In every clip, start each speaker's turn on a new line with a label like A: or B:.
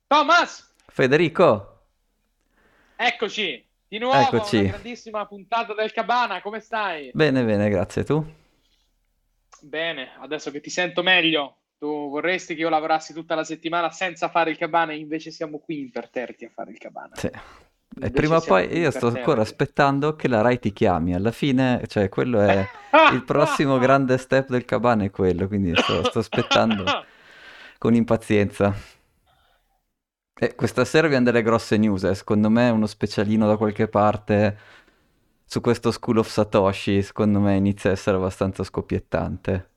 A: Thomas,
B: Federico,
A: eccoci di nuovo a una
B: eccoci.
A: grandissima puntata del Cabana. Come stai?
B: Bene, bene, grazie. Tu?
A: Bene, adesso che ti sento meglio, tu vorresti che io lavorassi tutta la settimana senza fare il Cabana, e invece siamo qui imperterriti a fare il Cabana.
B: Sì. E
A: Invece
B: prima o
A: siamo
B: poi
A: qui
B: io sto ancora
A: imperterriti.
B: aspettando che la Rai ti chiami. Alla fine, cioè, quello è il prossimo grande step del Cabana è quello, quindi sto aspettando con impazienza. E questa sera abbiamo delle grosse news, secondo me uno specialino da qualche parte su questo School of Satoshi, secondo me inizia a essere abbastanza scoppiettante.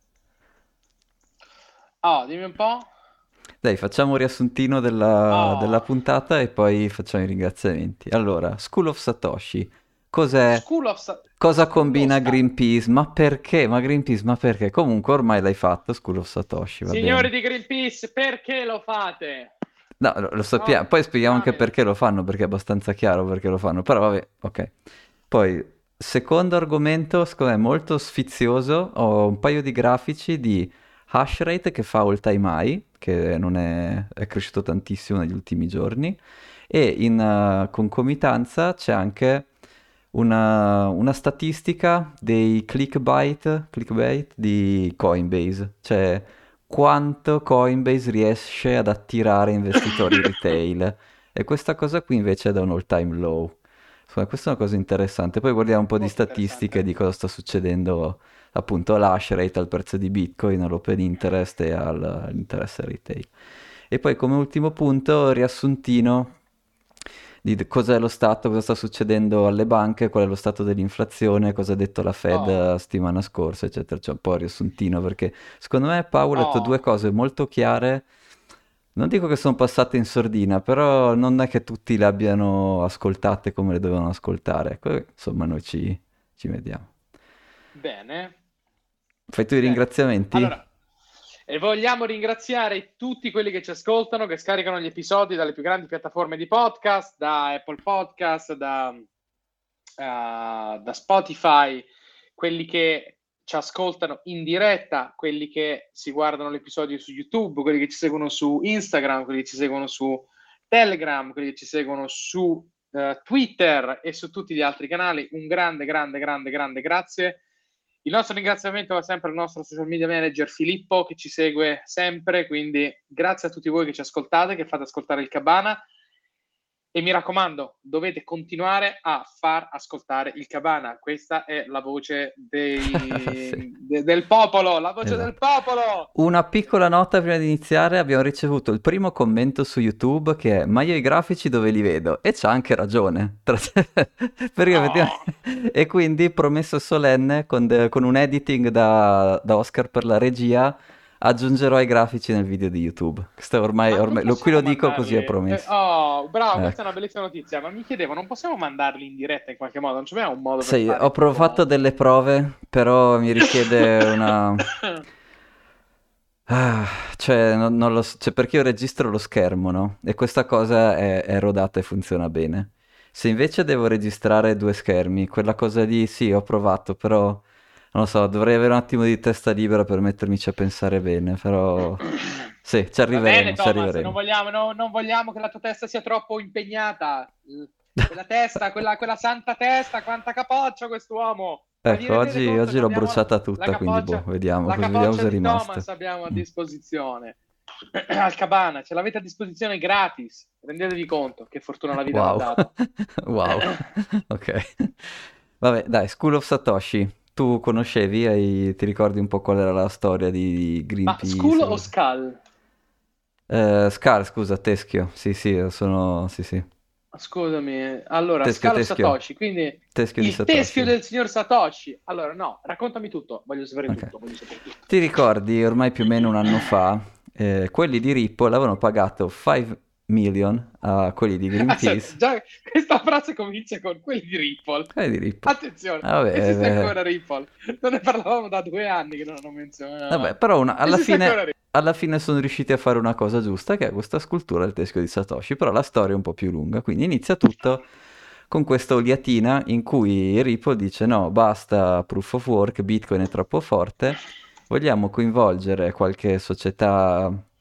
A: Oh, dimmi un po'.
B: Dai, facciamo un riassuntino della
A: Oh,
B: puntata e poi facciamo i ringraziamenti. Allora, School of Satoshi, cos'è? Cosa
A: School of
B: combina
A: Sky.
B: Greenpeace? Ma perché? Ma Greenpeace, ma perché? Comunque ormai l'hai fatto, School of Satoshi, va
A: Signori
B: bene.
A: di Greenpeace, perché lo fate?
B: No, lo sappiamo,
A: Oh,
B: poi spieghiamo anche
A: diamine.
B: perché lo fanno, perché è abbastanza chiaro perché lo fanno, però vabbè, ok. Poi, secondo argomento, secondo me molto sfizioso, ho un paio di grafici di hash rate che fa all time high, che non è cresciuto tantissimo negli ultimi giorni, e in concomitanza c'è anche una statistica dei clickbait di Coinbase, cioè quanto Coinbase riesce ad attirare investitori retail. E questa cosa qui invece è da un all-time low. Insomma, questa è una cosa interessante. Poi guardiamo un po' di
A: Molto
B: statistiche
A: interessante.
B: di cosa sta succedendo appunto all'hash rate, al prezzo di Bitcoin, all'open interest e all'interesse retail. E poi come ultimo punto, riassuntino di cos'è lo stato, cosa sta succedendo alle banche, qual è lo stato dell'inflazione, cosa ha detto la Fed
A: Oh,
B: settimana scorsa, eccetera. C'è un po' il riassuntino perché secondo me Paolo ha detto due
A: oh.
B: cose molto chiare. Non dico che sono passate in sordina, però non è che tutti le abbiano ascoltate come le dovevano ascoltare. Ecco, insomma, noi ci vediamo.
A: Bene,
B: Fai tu i
A: bene.
B: ringraziamenti?
A: Allora, e vogliamo ringraziare tutti quelli che ci ascoltano, che scaricano gli episodi dalle più grandi piattaforme di podcast, da Apple Podcast, da Spotify, quelli che ci ascoltano in diretta, quelli che si guardano l'episodio su YouTube, quelli che ci seguono su Instagram, quelli che ci seguono su Telegram, quelli che ci seguono su Twitter e su tutti gli altri canali. Un grande, grande, grande, grande grazie. Il nostro ringraziamento va sempre al nostro social media manager Filippo che ci segue sempre, quindi grazie a tutti voi che ci ascoltate, che fate ascoltare il Cabana e mi raccomando, dovete continuare a far ascoltare il Cabana. Questa è la voce
B: Sì,
A: del popolo, la voce del
B: esatto.
A: popolo.
B: Una piccola nota prima di iniziare, abbiamo ricevuto il primo commento su YouTube che è ma io i grafici dove li vedo? E c'ha anche ragione. Perché
A: Oh,
B: E quindi promesso solenne con un editing da Oscar per la regia aggiungerò i grafici nel video di YouTube. Questo
A: ma non
B: qui lo
A: possiamo
B: dico così è
A: mandarli.
B: promesso.
A: Oh, bravo, questa è
B: Ecco.
A: una bellissima notizia. Ma mi chiedevo, non possiamo mandarli in diretta in qualche modo? Non c'è un modo per
B: Sì, ho
A: fare
B: provato
A: tipo.
B: delle prove, però mi richiede una. Ah, cioè, non lo so, cioè, perché io registro lo schermo, no? E questa cosa è rodata e funziona bene. Se invece devo registrare due schermi, quella cosa lì, sì, ho provato, però non lo so, dovrei avere un attimo di testa libera per mettermici a pensare bene, però sì,
A: Va bene,
B: ci
A: Thomas, non
B: arriveremo.
A: vogliamo, non vogliamo che la tua testa sia troppo impegnata. Quella testa, quella santa testa, quanta capoccia quest'uomo! Ma vi
B: Ecco,
A: rendete conto
B: oggi
A: che
B: l'ho
A: abbiamo
B: bruciata
A: la
B: tutta, quindi boh,
A: capoccia,
B: vediamo,
A: la
B: così vediamo
A: capoccia
B: se è
A: di
B: rimasto.
A: Thomas abbiamo a
B: Mm.
A: disposizione? Al Cabana, ce l'avete a disposizione gratis. Rendetevi conto che fortuna la vita vi ha
B: Wow,
A: dato.
B: wow, ok. Vabbè, dai, School of Satoshi, tu conoscevi, ti ricordi un po' qual era la storia di
A: Ma School
B: Greenpeace?
A: o Skull?
B: Scar, scusa, Teschio, sì, sì, sono, sì, sì.
A: Scusami, allora,
B: Teschio,
A: Scalo
B: Teschio,
A: Satoshi, quindi
B: Teschio di
A: il teschio
B: Satoshi.
A: del signor Satoshi. Allora, no, raccontami tutto, voglio sapere
B: Ok.
A: tutto, voglio sapere tutto.
B: Ti ricordi, ormai più o meno un anno fa, quelli di Ripple avevano pagato 5 million a quelli di
A: Aspetta,
B: Greenpeace.
A: già questa frase comincia con quelli di Ripple.
B: Quelli di Ripple.
A: Attenzione,
B: Vabbè,
A: esiste
B: beh.
A: ancora Ripple. Non ne parlavamo da 2 anni che non hanno
B: Vabbè,
A: menzionato.
B: però
A: Esiste ancora Ripple.
B: alla fine sono riusciti a fare una cosa giusta, che è questa scultura del teschio di Satoshi, però la storia è un po' più lunga, quindi inizia tutto con questa oliatina in cui Ripple dice no, basta proof of work, Bitcoin è troppo forte, vogliamo coinvolgere qualche società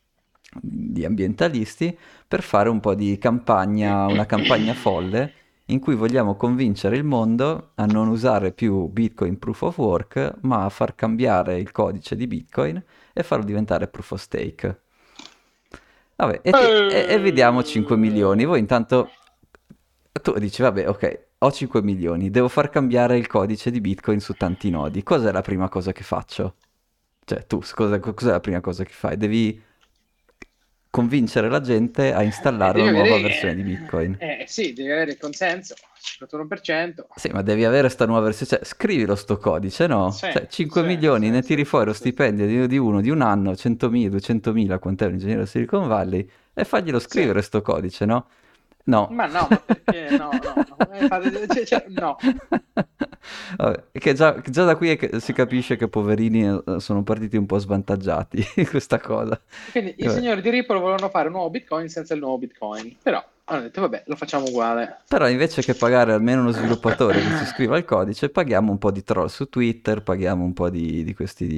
B: di ambientalisti per fare un po' di campagna, una campagna folle in cui vogliamo convincere il mondo a non usare più Bitcoin Proof of Work, ma a far cambiare il codice di Bitcoin e farlo diventare Proof of Stake. Vabbè, e vi diamo 5 milioni. Voi intanto tu dici, vabbè, ok, ho 5 milioni, devo far cambiare il codice di Bitcoin su tanti nodi. Cos'è la prima cosa che faccio? Cioè, tu, cos'è la prima cosa che fai? Devi convincere la gente a installare
A: Devi
B: una nuova
A: avere,
B: versione di Bitcoin.
A: sì, devi avere il consenso, 51%.
B: Sì, ma devi avere sta nuova versione, cioè scrivilo sto codice, no?
A: Sì,
B: Cioè 5
A: sì,
B: milioni,
A: sì,
B: ne
A: sì,
B: tiri
A: sì,
B: fuori lo
A: sì, sì.
B: stipendio di uno di un anno, 100.000, 200.000, quant'è un ingegnere a Silicon Valley, e faglielo
A: Sì.
B: scrivere sto codice, no? No.
A: Ma no, ma perché no, no, no, no.
B: Vabbè, che già da qui si capisce che poverini sono partiti un po' svantaggiati in questa cosa.
A: Quindi
B: E
A: i
B: vabbè.
A: signori di Ripple volevano fare un nuovo Bitcoin senza il nuovo Bitcoin, però hanno detto vabbè, lo facciamo uguale.
B: Però invece che pagare almeno uno sviluppatore che ci scriva il codice, paghiamo un po' di troll su Twitter, paghiamo un po' di questi,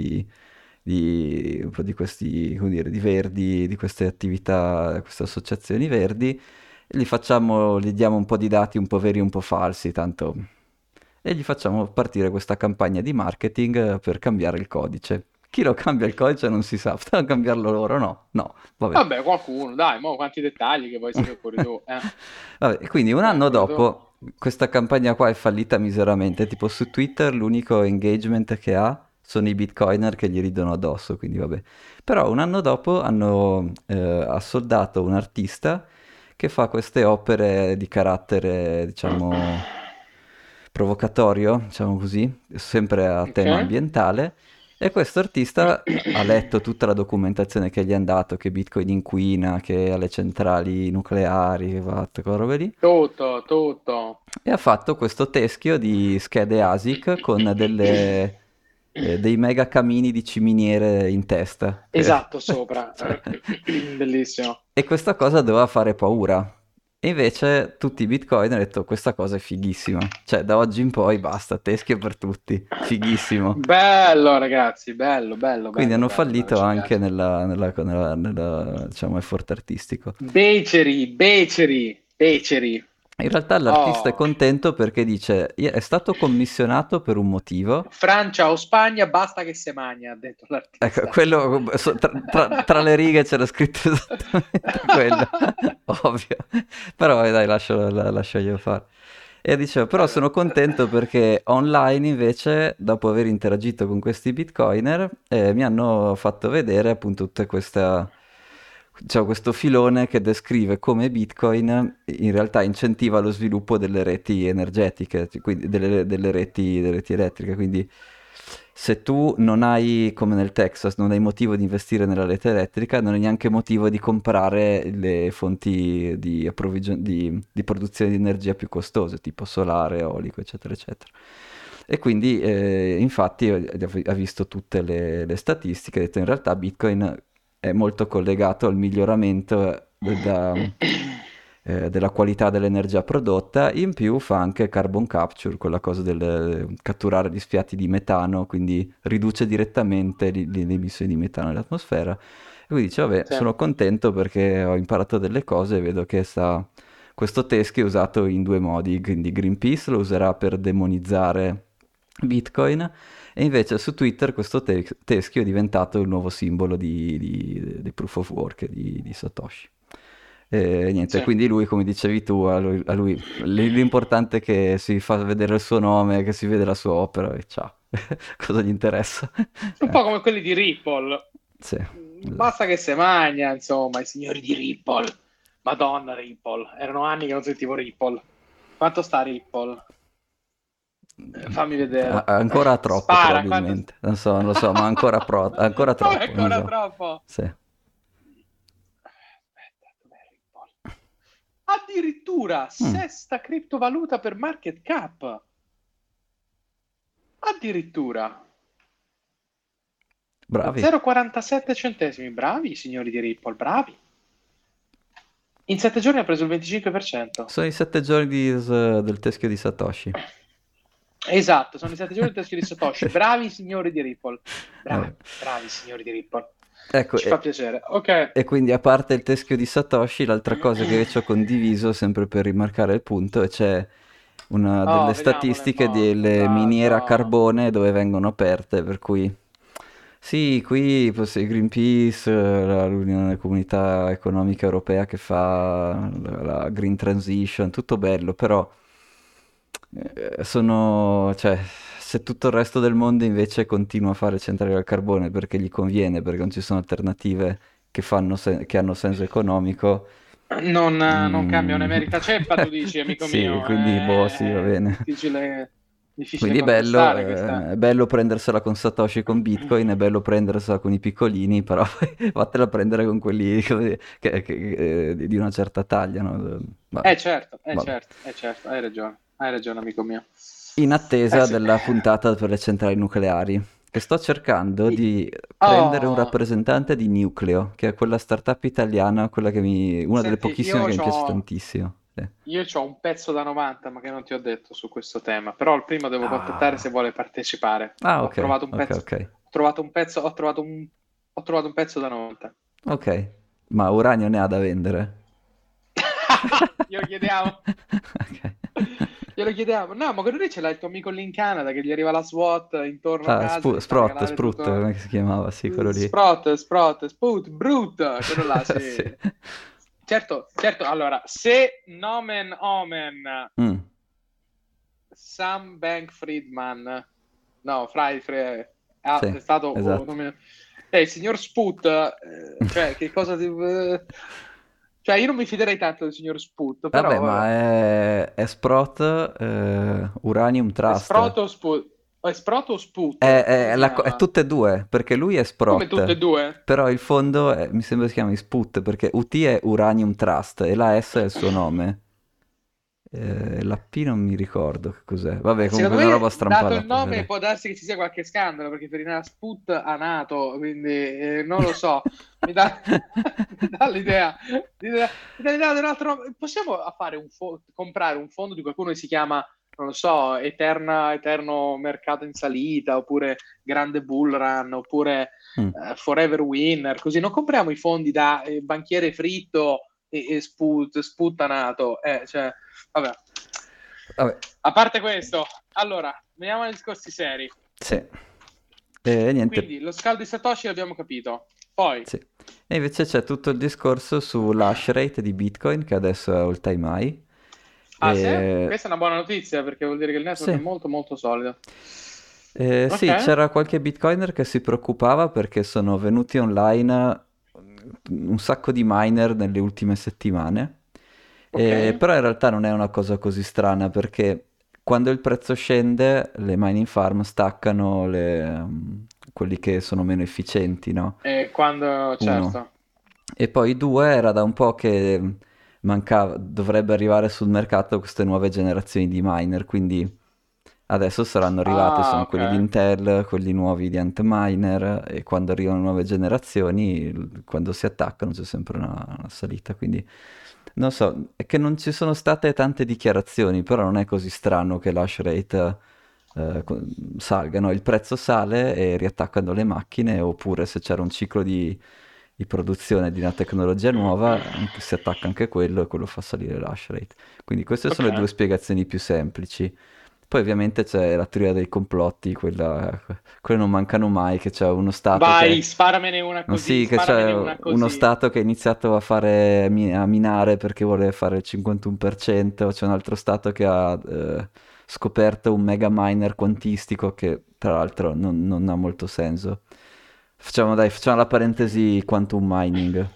B: un po' di questi, come dire, di verdi, di queste attività, queste associazioni verdi, e gli diamo un po' di dati un po' veri e un po' falsi, tanto, e gli facciamo partire questa campagna di marketing per cambiare il codice. Chi lo cambia il codice non si sa, potevano cambiarlo loro? No, no, vabbè.
A: Vabbè, qualcuno, dai, mo quanti dettagli che vuoi sapere pure tu, eh?
B: Vabbè, quindi un anno
A: Pure tu.
B: dopo questa campagna qua è fallita miseramente, tipo su Twitter l'unico engagement che ha sono i bitcoiner che gli ridono addosso, quindi vabbè. Però un anno dopo hanno assoldato un artista che fa queste opere di carattere, diciamo, provocatorio, diciamo così, sempre a
A: Ok?
B: tema ambientale. E questo artista ha letto tutta la documentazione che gli hanno dato, che Bitcoin inquina, che ha le centrali nucleari, che va, quelle robe lì,
A: Tutto, tutto.
B: e ha fatto questo teschio di schede ASIC con dei mega camini di ciminiere in testa.
A: Esatto, sopra.
B: Cioè,
A: Bellissimo.
B: e questa cosa doveva fare paura. E invece tutti i Bitcoin hanno detto questa cosa è fighissima. Cioè da oggi in poi basta, teschio per tutti. Fighissimo.
A: Bello, ragazzi, bello, bello,
B: Quindi
A: bello,
B: hanno
A: bello, bello,
B: fallito
A: ci
B: anche
A: piace.
B: diciamo, effort artistico.
A: Beceri, beceri, beceri.
B: In realtà l'artista è
A: Oh.
B: contento perché dice è stato commissionato per un motivo.
A: Francia o Spagna, basta che se magna, ha detto
B: Ecco,
A: l'artista.
B: quello tra le righe c'era scritto esattamente quello, ovvio. Però dai, lasciaglielo fare. E dicevo, però sono contento perché online invece, dopo aver interagito con questi bitcoiner, mi hanno fatto vedere appunto tutta questa, diciamo, questo filone che descrive come Bitcoin in realtà incentiva lo sviluppo delle reti energetiche, cioè, quindi delle reti elettriche. Quindi se tu non hai, come nel Texas, non hai motivo di investire nella rete elettrica, non hai neanche motivo di comprare le fonti di produzione di energia più costose, tipo solare, eolico, eccetera, eccetera. E quindi, infatti, ha visto tutte le statistiche, ha detto in realtà Bitcoin è molto collegato al miglioramento della qualità dell'energia prodotta, in più fa anche carbon capture, quella cosa del catturare gli sfiati di metano, quindi riduce direttamente le emissioni di metano nell'atmosfera. E quindi dice, vabbè,
A: Sì,
B: sono contento perché ho imparato delle cose e vedo che questo teschio è usato in due modi, quindi Greenpeace lo userà per demonizzare Bitcoin e invece su Twitter questo teschio è diventato il nuovo simbolo di Proof of Work di Satoshi. E niente,
A: sì.
B: quindi lui, come dicevi tu, l'importante è che si fa vedere il suo nome, che si vede la sua opera e ciao, cosa gli interessa?
A: Un po' come quelli di Ripple.
B: Sì,
A: Basta
B: esatto.
A: che se magna, insomma, i signori di Ripple. Madonna Ripple. Erano anni che non sentivo Ripple. Quanto sta Ripple? Fammi vedere.
B: Ancora troppo
A: Spara, quanto...
B: probabilmente, non so, non lo so, ma ancora
A: Come
B: troppo, non
A: ancora
B: so.
A: troppo?
B: Sì.
A: Aspetta, dov'è Ripple? Addirittura
B: Mm,
A: sesta criptovaluta per market cap. Addirittura
B: bravi.
A: 0,47 centesimi. Bravi, signori di Ripple, bravi. In 7 giorni ha preso il 25%.
B: Sono i 7 giorni del teschio di Satoshi.
A: Esatto, sono i 7 giorni del teschio di Satoshi. Bravi, signori di Ripple. Bravi,
B: Vabbè.
A: bravi, signori di Ripple.
B: Ecco,
A: Ci fa piacere. Ok.
B: e quindi a parte il teschio di Satoshi, l'altra cosa che ci ho condiviso, sempre per rimarcare il punto, è c'è una delle
A: Oh, vediamo le
B: statistiche
A: foto.
B: delle
A: Esatto.
B: miniere a
A: Oh.
B: carbone dove vengono aperte, per cui sì, qui sì, Greenpeace, l'Unione Comunità Economica Europea che fa la Green Transition, tutto bello, però cioè, se tutto il resto del mondo invece continua a fare centrali al carbone perché gli conviene, perché non ci sono alternative che hanno senso economico.
A: Non cambia
B: mm,
A: un'emerita ceppa, tu dici, amico
B: sì,
A: mio.
B: quindi boh, sì, va
A: È
B: bene.
A: difficile, difficile
B: Quindi
A: contrastare questa.
B: è bello prendersela con Satoshi, con Bitcoin, è bello prendersela con i piccolini, però vattela a prendere con quelli di una certa taglia, no? Vabbè,
A: Certo,
B: vabbè.
A: certo, hai ragione, amico mio.
B: In
A: Eh
B: attesa
A: sì.
B: della puntata per le centrali nucleari, che sto cercando
A: I-
B: di prendere un
A: Oh,
B: rappresentante di Nucleo, che è quella startup italiana, una delle
A: senti,
B: pochissime che mi piace tantissimo. Sì.
A: io c'ho un pezzo da 90, ma che non ti ho detto su questo tema, però il primo devo contattare se
B: Ah,
A: vuole partecipare.
B: ah,
A: Ho
B: ok,
A: trovato un
B: ok,
A: pezzo,
B: ok.
A: ho trovato un pezzo da 90.
B: Ok, ma uranio ne ha da vendere?
A: Glielo chiediamo.
B: Ok.
A: Glielo chiediamo. No, ma quello lì ce l'ha il tuo amico lì in Canada che gli arriva la SWAT intorno a
B: Ah,
A: casa e gli fa
B: Sprott,
A: regalare
B: Sprut,
A: tutto.
B: come si chiamava? Sì, quello lì.
A: Sput, brut, quello là, sì.
B: Sì.
A: Certo, certo, allora, se nomen omen
B: Mm,
A: Sam Bankman-Friedman, no,
B: sì,
A: è stato
B: esatto.
A: il signor Sput, cioè, che cosa cioè, io non mi fiderei tanto del signor Sput,
B: Vabbè,
A: però,
B: ma
A: vabbè.
B: è Sprott, Uranium Trust.
A: È Sprout o Sput? Come si
B: È
A: chiama?
B: tutte e due, perché lui è
A: Come tutte e
B: Sprott,
A: due?
B: però il fondo mi sembra si chiami Sput, perché UT è Uranium Trust e la S è il suo nome. La P non mi ricordo che cos'è. Vabbè,
A: Secondo
B: comunque è una roba
A: me, dato il
B: strampalata.
A: nome, può darsi che ci sia qualche scandalo, perché Ferdinand Sput ha nato, quindi non lo so. Mi dà, mi dà l'idea, mi dà l'idea di un altro nome. Possiamo fare comprare un fondo di qualcuno che si chiama, non lo so, Eterno Mercato in Salita, oppure Grande Bull Run, oppure
B: Mm,
A: Forever Winner, così non compriamo i fondi da banchiere fritto e sputtanato. Cioè, vabbè.
B: vabbè,
A: A parte questo, allora, veniamo ai discorsi seri.
B: sì. E niente,
A: Quindi lo scaldo di Satoshi l'abbiamo capito. Poi,
B: sì. E invece c'è tutto il discorso sull'hash rate di Bitcoin, che adesso è all time high.
A: ah, sì?
B: E...
A: Questa è una buona notizia perché vuol dire che il network è
B: Sì.
A: molto molto solido.
B: Sì,
A: Ok,
B: c'era qualche Bitcoiner che si preoccupava perché sono venuti online un sacco di miner nelle ultime settimane.
A: ok.
B: Però in realtà non è una cosa così strana perché quando il prezzo scende le mining farm staccano quelli che sono meno efficienti, no?
A: E quando,
B: Uno.
A: certo.
B: E poi due, era da un po' che dovrebbe arrivare sul mercato queste nuove generazioni di miner, quindi adesso saranno arrivate,
A: Ah,
B: sono
A: ok.
B: quelli di Intel, quelli nuovi di Antminer, e quando arrivano nuove generazioni, quando si attaccano c'è sempre una salita, quindi non so, è che non ci sono state tante dichiarazioni, però non è così strano che l'hash rate salga, no? Il prezzo sale e riattaccano le macchine, oppure se c'era un ciclo di produzione di una tecnologia nuova, si attacca anche quello e quello fa salire l'hash rate. Quindi queste
A: Ok.
B: sono le due spiegazioni più semplici. Poi ovviamente c'è la teoria dei complotti, quelle non mancano mai, che c'è uno stato
A: Vai, sparamene una
B: no,
A: così,
B: sì, che c'è
A: sparamene una
B: uno
A: così.
B: stato che ha iniziato a minare perché vuole fare il 51%, c'è un altro stato che ha scoperto un mega miner quantistico che tra l'altro non ha molto senso. Facciamo la parentesi quantum mining.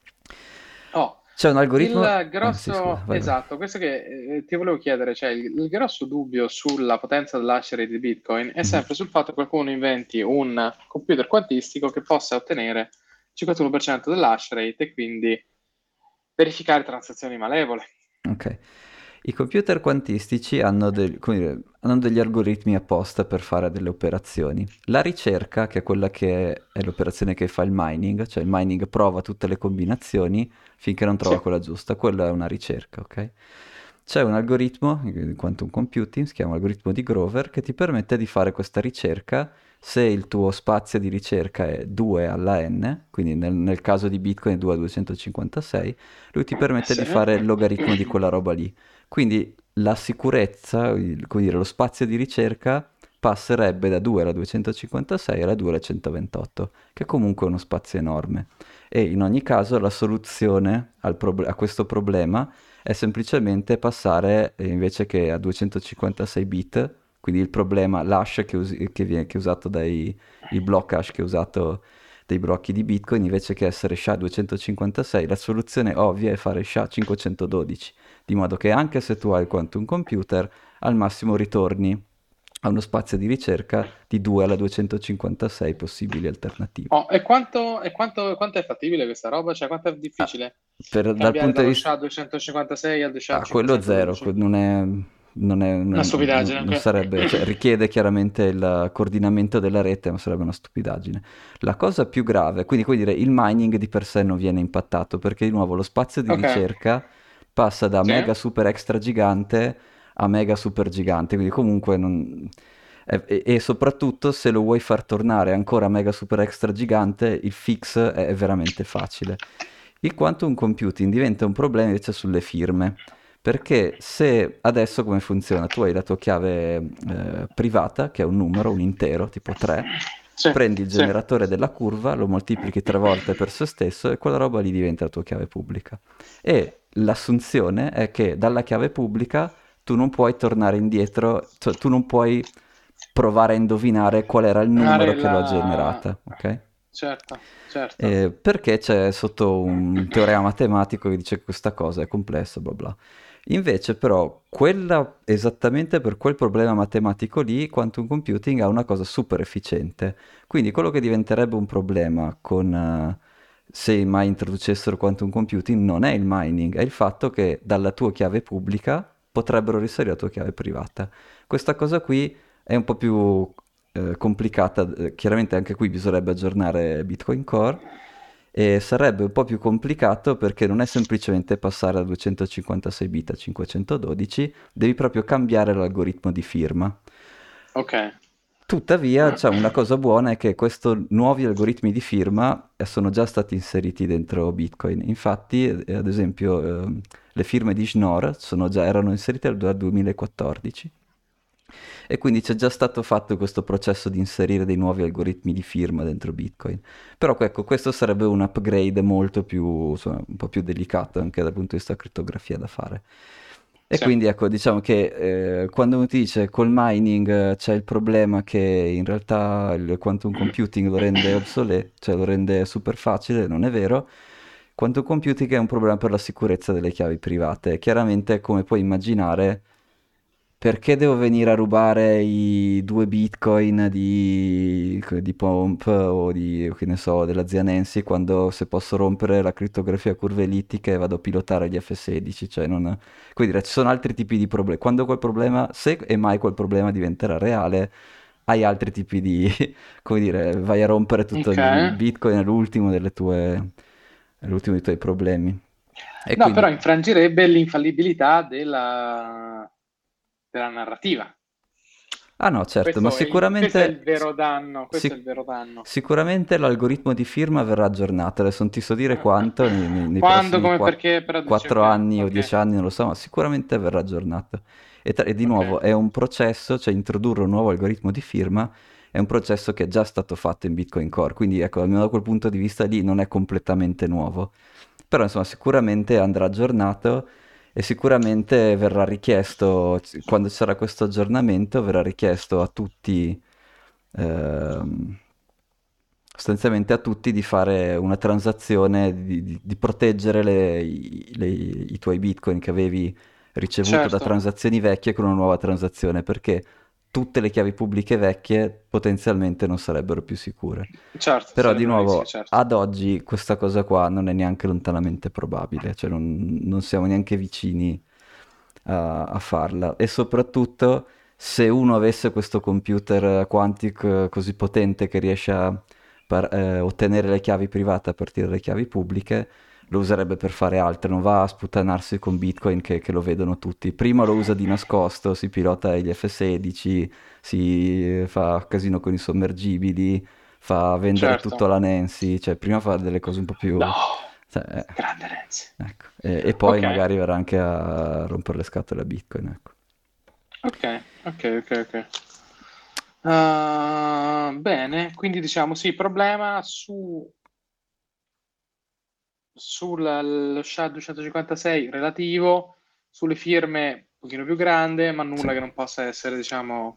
A: Oh,
B: C'è un algoritmo...
A: il
B: Ah sì, scusa,
A: grosso,
B: vai vai.
A: esatto, questo che ti volevo chiedere, cioè il grosso dubbio sulla potenza dell'hash rate di Bitcoin è
B: Mhm.
A: sempre sul fatto che qualcuno inventi un computer quantistico che possa ottenere il 51% dell'hash rate e quindi verificare transazioni malevole.
B: Ok. I computer quantistici come dire, hanno degli algoritmi apposta per fare delle operazioni. La ricerca, che è quella che è l'operazione che fa il mining, cioè il mining prova tutte le combinazioni finché non
A: Sì,
B: trova quella giusta, quella è una ricerca, ok? c'è un algoritmo in quantum computing, si chiama algoritmo di Grover, che ti permette di fare questa ricerca se il tuo spazio di ricerca è 2 alla n, quindi nel caso di Bitcoin è 2 a 256, lui ti permette
A: Sì.
B: di fare il logaritmo di quella roba lì. Quindi la sicurezza, come dire, lo spazio di ricerca passerebbe da 2 alla 256 alla 2 alla 128, che comunque è uno spazio enorme. E in ogni caso la soluzione a questo problema è semplicemente passare invece che a 256 bit, quindi il problema, l'hash che è usato il block hash che è usato dei blocchi di Bitcoin, invece che essere SHA-256, la soluzione ovvia è fare SHA-512, di modo che anche se tu hai il quantum computer, al massimo ritorni a uno spazio di ricerca di 2 alla 256 possibili alternative.
A: Oh, quanto è fattibile questa roba? Cioè, quanto è
B: Ah,
A: difficile
B: dal
A: cambiare
B: punto di
A: dallo
B: vista...
A: SHA-256 al
B: Quello zero,
A: SHA-512? Una stupidaggine,
B: non
A: ok.
B: sarebbe, cioè, richiede chiaramente il coordinamento della rete, ma sarebbe una stupidaggine. La cosa più grave, quindi come dire, il mining di per sé non viene impattato, perché di nuovo lo spazio di
A: Ok,
B: ricerca passa da
A: sì.
B: mega super extra gigante a mega super gigante, quindi comunque non... e soprattutto se lo vuoi far tornare ancora mega super extra gigante, il fix è veramente facile. Il quantum computing diventa un problema invece sulle firme, perché se adesso come funziona? Tu hai la tua chiave privata, che è un numero, un intero, tipo 3,
A: Sì,
B: prendi il
A: sì.
B: generatore della curva, lo moltiplichi 3 volte per se stesso e quella roba lì diventa la tua chiave pubblica. E l'assunzione è che dalla chiave pubblica tu non puoi tornare indietro, cioè tu non puoi provare a indovinare qual era il numero che lo ha
A: Arella...
B: generata, ok?
A: Certo, certo.
B: Perché c'è sotto un teorema matematico che dice che questa cosa è complessa, bla bla. Invece però, esattamente per quel problema matematico lì, quantum computing ha una cosa super efficiente. Quindi quello che diventerebbe un problema se mai introducessero quantum computing non è il mining, è il fatto che dalla tua chiave pubblica potrebbero risalire alla tua chiave privata. Questa cosa qui è un po' più complicata, chiaramente anche qui bisognerebbe aggiornare Bitcoin Core e sarebbe un po' più complicato perché non è semplicemente passare da 256 bit a 512, devi proprio cambiare l'algoritmo di firma.
A: Ok.
B: Tuttavia, una cosa buona è che questi nuovi algoritmi di firma sono già stati inseriti dentro Bitcoin. Infatti, ad esempio, le firme di Schnorr erano inserite dal 2014 e quindi c'è già stato fatto questo processo di inserire dei nuovi algoritmi di firma dentro Bitcoin. Però ecco, questo sarebbe un upgrade molto più, insomma, un po' più delicato anche dal punto di vista crittografia da fare. E
A: Sì.
B: quindi ecco, diciamo che quando uno ti dice col mining c'è il problema che in realtà il quantum computing lo rende obsoleto, cioè lo rende super facile, non è vero. Quantum computing è un problema per la sicurezza delle chiavi private. Chiaramente, come puoi immaginare, perché devo venire a rubare i 2 bitcoin di Pomp o che ne so, della zia Nancy quando se posso rompere la crittografia a curve ellittiche e vado a pilotare gli F16, cioè non... Quindi dire, ci sono altri tipi di problemi. Quando quel problema, se e mai quel problema diventerà reale, hai altri tipi di, come dire, vai a rompere tutto
A: Ok.
B: il Bitcoin è l'ultimo dei tuoi problemi. E
A: No, però
B: quindi
A: infrangirebbe l'infallibilità della narrativa.
B: ah no, certo, ma
A: Questo è il
B: sicuramente,
A: vero danno, questo è il
B: sic-
A: vero danno.
B: sicuramente l'algoritmo di firma verrà aggiornato. Adesso non ti so dire quanto nei
A: Quando,
B: prossimi
A: come, perché, però dici
B: 4
A: ok,
B: anni o
A: ok,
B: 10 anni, non lo so, ma sicuramente verrà aggiornato. E di
A: ok,
B: nuovo è un processo, cioè introdurre un nuovo algoritmo di firma è un processo che è già stato fatto in Bitcoin Core, quindi ecco, almeno da quel punto di vista lì non è completamente nuovo. Però insomma sicuramente andrà aggiornato e sicuramente verrà richiesto, quando ci sarà questo aggiornamento, verrà richiesto a tutti, ehm, sostanzialmente a tutti, di fare una transazione, di proteggere i tuoi bitcoin che avevi ricevuto da
A: certo,
B: transazioni vecchie con una nuova transazione, perché tutte le chiavi pubbliche vecchie potenzialmente non sarebbero più sicure.
A: certo,
B: Però di
A: sarebbe un rischio,
B: nuovo,
A: certo.
B: ad oggi questa cosa qua non è neanche lontanamente probabile, cioè non siamo neanche vicini a farla. E soprattutto, se uno avesse questo computer Quantic così potente che riesce a ottenere le chiavi private a partire dalle chiavi pubbliche, lo userebbe per fare altro, non va a sputtanarsi con Bitcoin che lo vedono tutti. Prima lo usa di nascosto, si pilota gli F-16, si fa casino con i sommergibili, fa vendere tutto
A: certo.
B: alla Nancy, cioè prima fa delle cose un po' più...
A: No,
B: cioè,
A: grande Renzi.
B: ecco. E poi
A: Ok,
B: magari verrà anche a rompere le scatole a Bitcoin, ecco.
A: ok, ok. Bene, quindi diciamo sì, problema sullo SHA-256 relativo, sulle firme un pochino più grande, ma
B: Sì,
A: nulla che non possa essere, diciamo,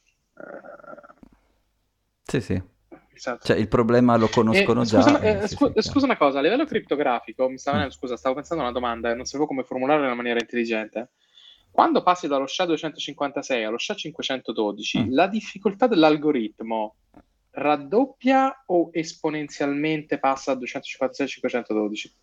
B: sì, sì.
A: esatto.
B: Cioè il problema lo conoscono già, sì, sì, chiaro.
A: Scusa una cosa, a livello
B: Sì.
A: criptografico,
B: Mm.
A: scusa, stavo pensando a una domanda e non sapevo come formularla in una maniera intelligente. Quando passi dallo SHA-256 allo SHA-512,
B: Mm.
A: la difficoltà dell'algoritmo raddoppia o esponenzialmente passa da 256 a 512?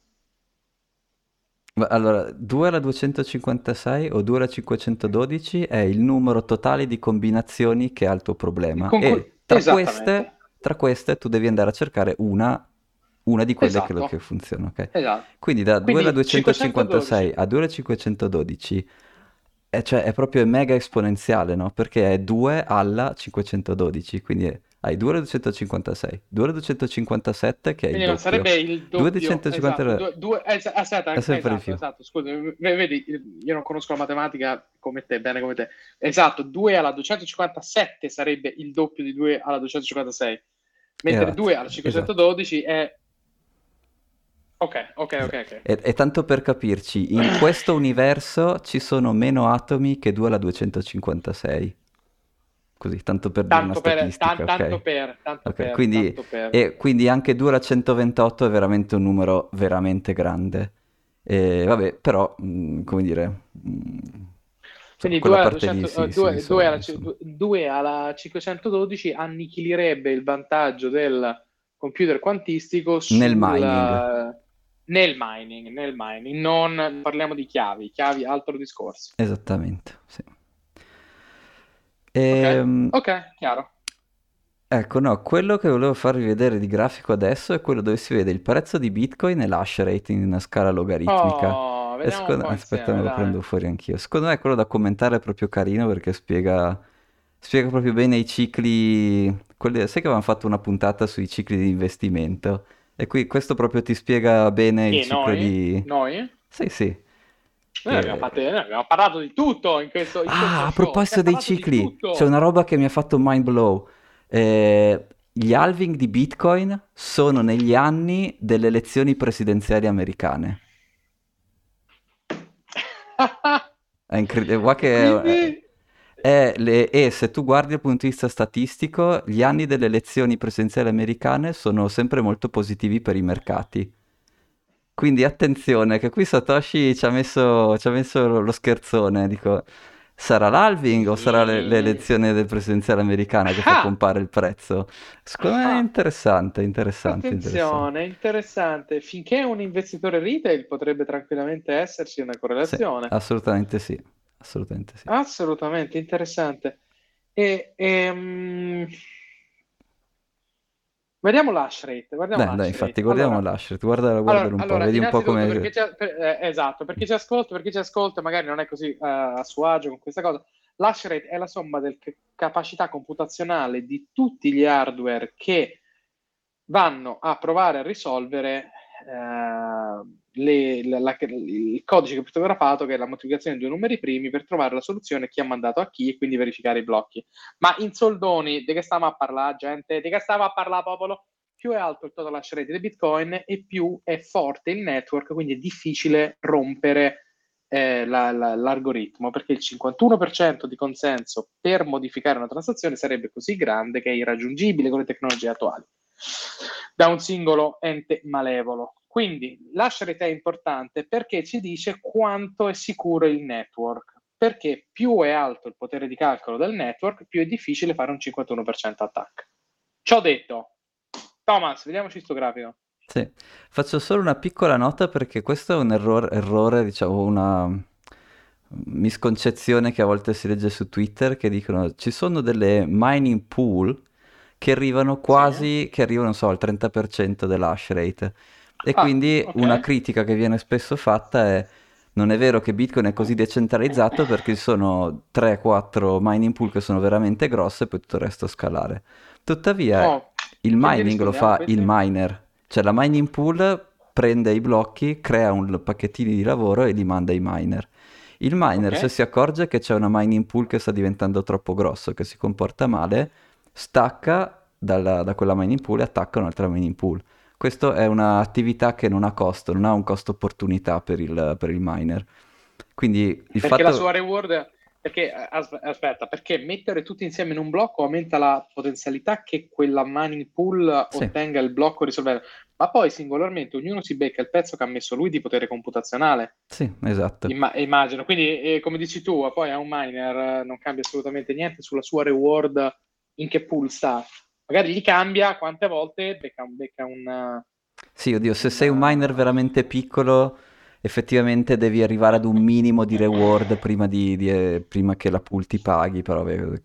B: Allora, 2 alla 256 o 2 alla 512 è il numero totale di combinazioni che ha il tuo problema e
A: Esattamente,
B: tra queste tu devi andare a cercare una di quelle che
A: esatto,
B: funziona, ok?
A: esatto.
B: Quindi da 2 alla
A: Quindi
B: 256
A: 512,
B: a 2 alla 512 cioè, è proprio mega esponenziale, no? Perché è 2 alla 512, quindi hai 2 alla 256, 2 alla 257 che è il
A: quindi non
B: doppio,
A: sarebbe il
B: 2 alla
A: doppio, esatto,
B: 250 è
A: aspetta,
B: sempre di più.
A: esatto, scusa, vedi, io non conosco la matematica come te, bene come te, esatto, 2 alla 257 sarebbe il doppio di 2 alla 256, mentre
B: Esatto,
A: 2 alla
B: esatto.
A: 512 è... Ok,
B: Esatto.
A: ok.
B: E tanto per capirci, in questo universo ci sono meno atomi che 2 alla 256. Così, tanto per dire una statistica, ok? Ok,
A: tanto per.
B: e quindi anche 2 alla 128 è veramente un numero veramente grande. E vabbè, però, come dire, insomma,
A: Quindi
B: quella parte lì si
A: 2
B: risolve,
A: alla,
B: insomma.
A: 2 alla 512 annichilerebbe il vantaggio del computer quantistico
B: Nel mining,
A: nel mining. Non parliamo di chiavi, altro discorso.
B: esattamente, sì.
A: Ok,
B: Ehm,
A: ok, chiaro.
B: Ecco, no, quello che volevo farvi vedere di grafico adesso è quello dove si vede il prezzo di Bitcoin e l'hash rate in una scala logaritmica.
A: Oh,
B: E
A: vediamo un po'
B: aspetta, me
A: insieme,
B: lo
A: dai.
B: prendo fuori anch'io. Secondo me quello da commentare è proprio carino perché spiega proprio bene i cicli. Sai che avevamo fatto una puntata sui cicli di investimento? E qui questo proprio ti spiega bene il
A: E
B: ciclo
A: noi?
B: di...
A: Noi?
B: Sì, sì.
A: Noi abbiamo parlato di tutto in
B: Ah,
A: questo
B: a
A: show. Si è
B: proposito dei
A: parlato di
B: cicli, c'è una
A: tutto.
B: roba che mi ha fatto mind blow. Gli halving di Bitcoin sono negli anni delle elezioni presidenziali americane. È incredibile. Guarda
A: E quindi...
B: e se tu guardi dal punto di vista statistico, gli anni delle elezioni presidenziali americane sono sempre molto positivi per i mercati. Quindi attenzione, che qui Satoshi ci ha messo lo scherzone, dico, sarà l'halving o sarà l'elezione del presidenziale americana che fa
A: Ah!
B: pompare il prezzo? Secondo me è
A: Ah!
B: interessante, interessante, interessante.
A: Attenzione, interessante. Finché è un investitore retail potrebbe tranquillamente esserci una
B: Sì,
A: correlazione.
B: assolutamente sì, assolutamente sì.
A: Assolutamente interessante. E, vediamo
B: Dai,
A: l'hash
B: infatti,
A: rate.
B: guardiamo l'hasher, guardalo un po', vedi un po'
A: Innanzitutto,
B: come...
A: esatto, per chi ci ascolta, magari non è così a suo agio con questa cosa. L'hash rate è la somma della capacità computazionale di tutti gli hardware che vanno a provare a risolvere il codice criptografato, che è la moltiplicazione di due numeri primi, per trovare la soluzione chi ha mandato a chi e quindi verificare i blocchi. Ma in soldoni, di che stiamo a parlare, gente? Di che stiamo a parlare, popolo? Più è alto il total hash rate di Bitcoin e più è forte il network, quindi è difficile rompere l'algoritmo, perché il 51% di consenso per modificare una transazione sarebbe così grande che è irraggiungibile con le tecnologie attuali da un singolo ente malevolo. Quindi l'hash rate è importante perché ci dice quanto è sicuro il network, perché più è alto il potere di calcolo del network, più è difficile fare un 51% attacco. Ciò detto, Thomas, vediamoci questo grafico.
B: Sì, faccio solo una piccola nota perché questo è un errore, diciamo, una misconcezione che a volte si legge su Twitter che dicono ci sono delle mining pool che arrivano
A: Sì,
B: non so, al 30% dell'hash rate. E
A: Ah,
B: quindi
A: ok.
B: una critica che viene spesso fatta è: non è vero che Bitcoin è così decentralizzato perché ci sono 3-4 mining pool che sono veramente grosse e poi tutto il resto scalare. Tuttavia,
A: Oh,
B: il
A: che gli
B: mining lo
A: rispondiamo a
B: fa il
A: questi?
B: miner, cioè la mining pool prende i blocchi, crea un pacchettini di lavoro e li manda ai miner. Il
A: Ok,
B: miner, se si accorge che c'è una mining pool che sta diventando troppo grosso, che si comporta male, stacca da quella mining pool e attacca un'altra mining pool. Questa è un'attività che non ha costo, non ha un costo opportunità per il miner. Quindi il
A: perché la
B: fatto.
A: sua reward, perché aspetta, perché mettere tutti insieme in un blocco aumenta la potenzialità che quella mining pool
B: Sì,
A: ottenga il blocco risolvendo, ma poi singolarmente ognuno si becca il pezzo che ha messo lui di potere computazionale.
B: sì, esatto.
A: Immagino, quindi come dici tu, poi a un miner non cambia assolutamente niente sulla sua reward in che pool sta. Magari gli cambia quante volte becca
B: Sì, oddio, se sei un miner
A: un,
B: veramente piccolo, effettivamente devi arrivare ad un minimo di reward prima che la pool ti paghi, però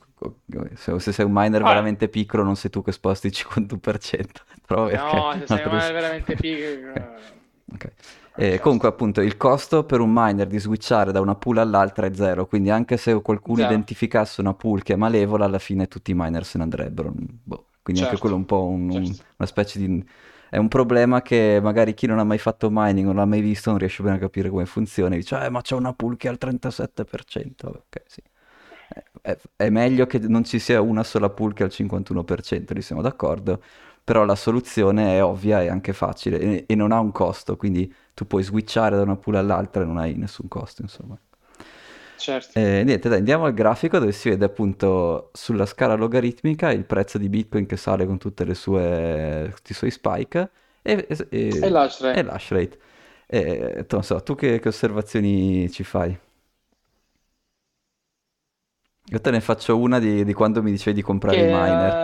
B: se sei un miner
A: Vabbè,
B: veramente piccolo non sei tu che sposti il 51%, però vabbè, ok,
A: no, se
B: un
A: sei
B: altro
A: veramente piccolo,
B: ok. Ok.
A: lascia
B: Comunque,
A: stare.
B: appunto, il costo per un miner di switchare da una pool all'altra è zero, quindi anche se qualcuno
A: Zero,
B: identificasse una pool che è malevola, alla fine tutti i miner se ne andrebbero. Boh. Quindi anche quello è
A: certo,
B: un po'
A: certo.
B: una specie di. È un problema che magari chi non ha mai fatto mining, non l'ha mai visto, non riesce bene a capire come funziona. E dice, ma c'è una pool che ha il 37%. Ok, sì. È meglio che non ci sia una sola pool che ha il 51%, lì siamo d'accordo, però la soluzione è ovvia e anche facile e non ha un costo, quindi tu puoi switchare da una pool all'altra e non hai nessun costo, insomma.
A: Certo.
B: Niente, dai, andiamo al grafico dove si vede appunto sulla scala logaritmica il prezzo di Bitcoin che sale con tutti i suoi spike
A: E
B: e
A: l'hash
B: l'hash rate. Non so, tu che osservazioni ci fai? Io te ne faccio una di quando mi dicevi di comprare i
A: che
B: miner.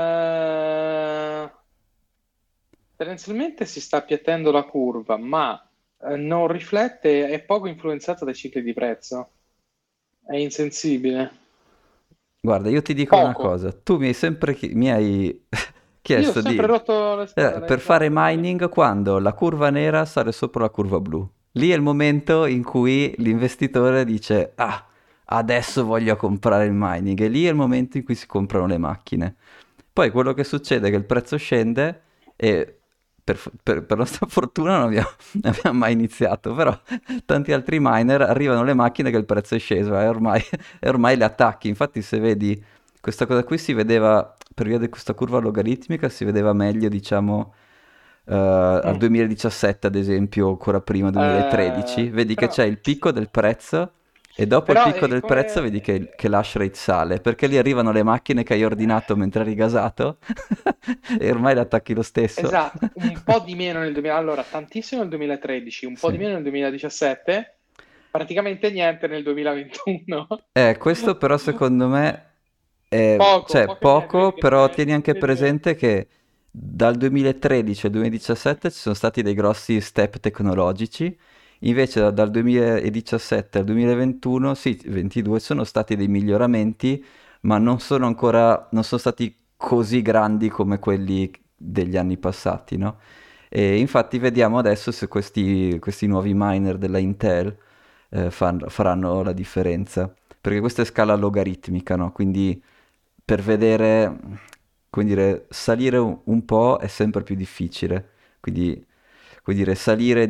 A: tendenzialmente si sta appiattendo la curva, ma non riflette, è poco influenzata dai cicli di prezzo, è insensibile.
B: Guarda, io ti dico una
A: Poco.
B: cosa, tu mi hai
A: Io ho
B: chiesto
A: sempre
B: di.
A: rotto le scatole,
B: Per fare
A: esatto, dimmi.
B: mining quando la curva nera sale sopra la curva blu. Lì è il momento in cui l'investitore dice, ah, adesso voglio comprare il mining. E lì è il momento in cui si comprano le macchine. Poi quello che succede è che il prezzo scende e per nostra fortuna non abbiamo, non abbiamo mai iniziato, però tanti altri miner arrivano le macchine che il prezzo è sceso e ormai le attacchi. Infatti se vedi questa cosa qui si vedeva, per via di questa curva logaritmica, si vedeva meglio, diciamo, al
A: Mm.
B: 2017, ad esempio, ancora prima, 2013. Vedi che
A: Però,
B: c'è il picco del prezzo e dopo il
A: però
B: picco del prezzo vedi che l'hash rate sale, perché lì arrivano le macchine che hai ordinato mentre eri gasato e ormai le attacchi lo stesso.
A: esatto, un po' di meno nel 2000, allora tantissimo nel 2013, un po'
B: Sì.
A: di meno nel 2017, praticamente niente nel 2021.
B: Questo però secondo me è,
A: Poco,
B: cioè,
A: poco e niente,
B: poco,
A: vedi che
B: però tieni anche
A: vedi che
B: presente che dal 2013 al 2017 ci sono stati dei grossi step tecnologici, invece dal 2017 al 2021, sì, 22, sono stati dei miglioramenti, ma non sono stati così grandi come quelli degli anni passati, no? E infatti vediamo adesso se questi nuovi miner della Intel faranno la differenza, perché questa è scala logaritmica, no? Quindi per vedere, come dire, salire un po' è sempre più difficile, quindi, come dire, salire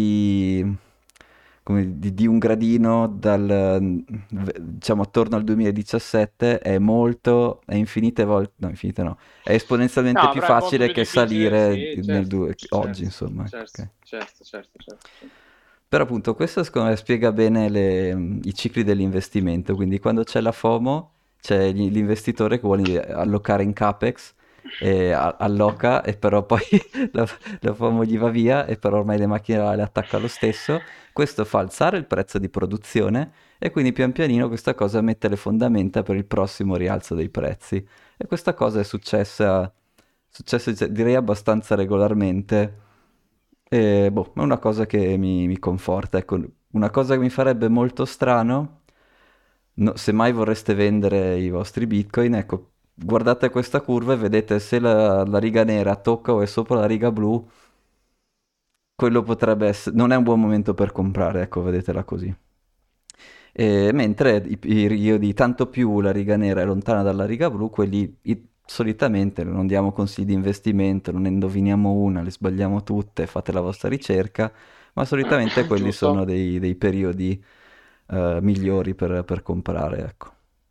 B: di un gradino diciamo attorno al 2017 è infinite volte, no, infinite no, è esponenzialmente
A: no,
B: più
A: però è molto
B: facile
A: più
B: che
A: difficile,
B: salire
A: sì, certo,
B: oggi,
A: certo,
B: insomma, ecco,
A: certo,
B: ok.
A: certo, certo, certo, certo.
B: Però appunto questo secondo me spiega bene i cicli dell'investimento, quindi quando c'è la FOMO c'è l'investitore che vuole allocare in CAPEX e alloca e però poi la, la FOMO gli va via e però ormai le macchine le attacca lo stesso, questo fa alzare il prezzo di produzione e quindi pian pianino questa cosa mette le fondamenta per il prossimo rialzo dei prezzi e questa cosa è successa direi abbastanza regolarmente e boh, è una cosa che mi conforta. Ecco, una cosa che mi farebbe molto strano, se mai vorreste vendere i vostri Bitcoin, ecco, guardate questa curva e vedete se la riga nera tocca o è sopra la riga blu, quello potrebbe essere, non è un buon momento per comprare, ecco, vedetela così. Mentre i periodi tanto più la riga nera è lontana dalla riga blu, quelli solitamente non diamo consigli di investimento, non ne indoviniamo una, le sbagliamo tutte, fate la vostra ricerca, ma solitamente quelli sono
A: Giusto?
B: dei periodi migliori per comprare, ecco.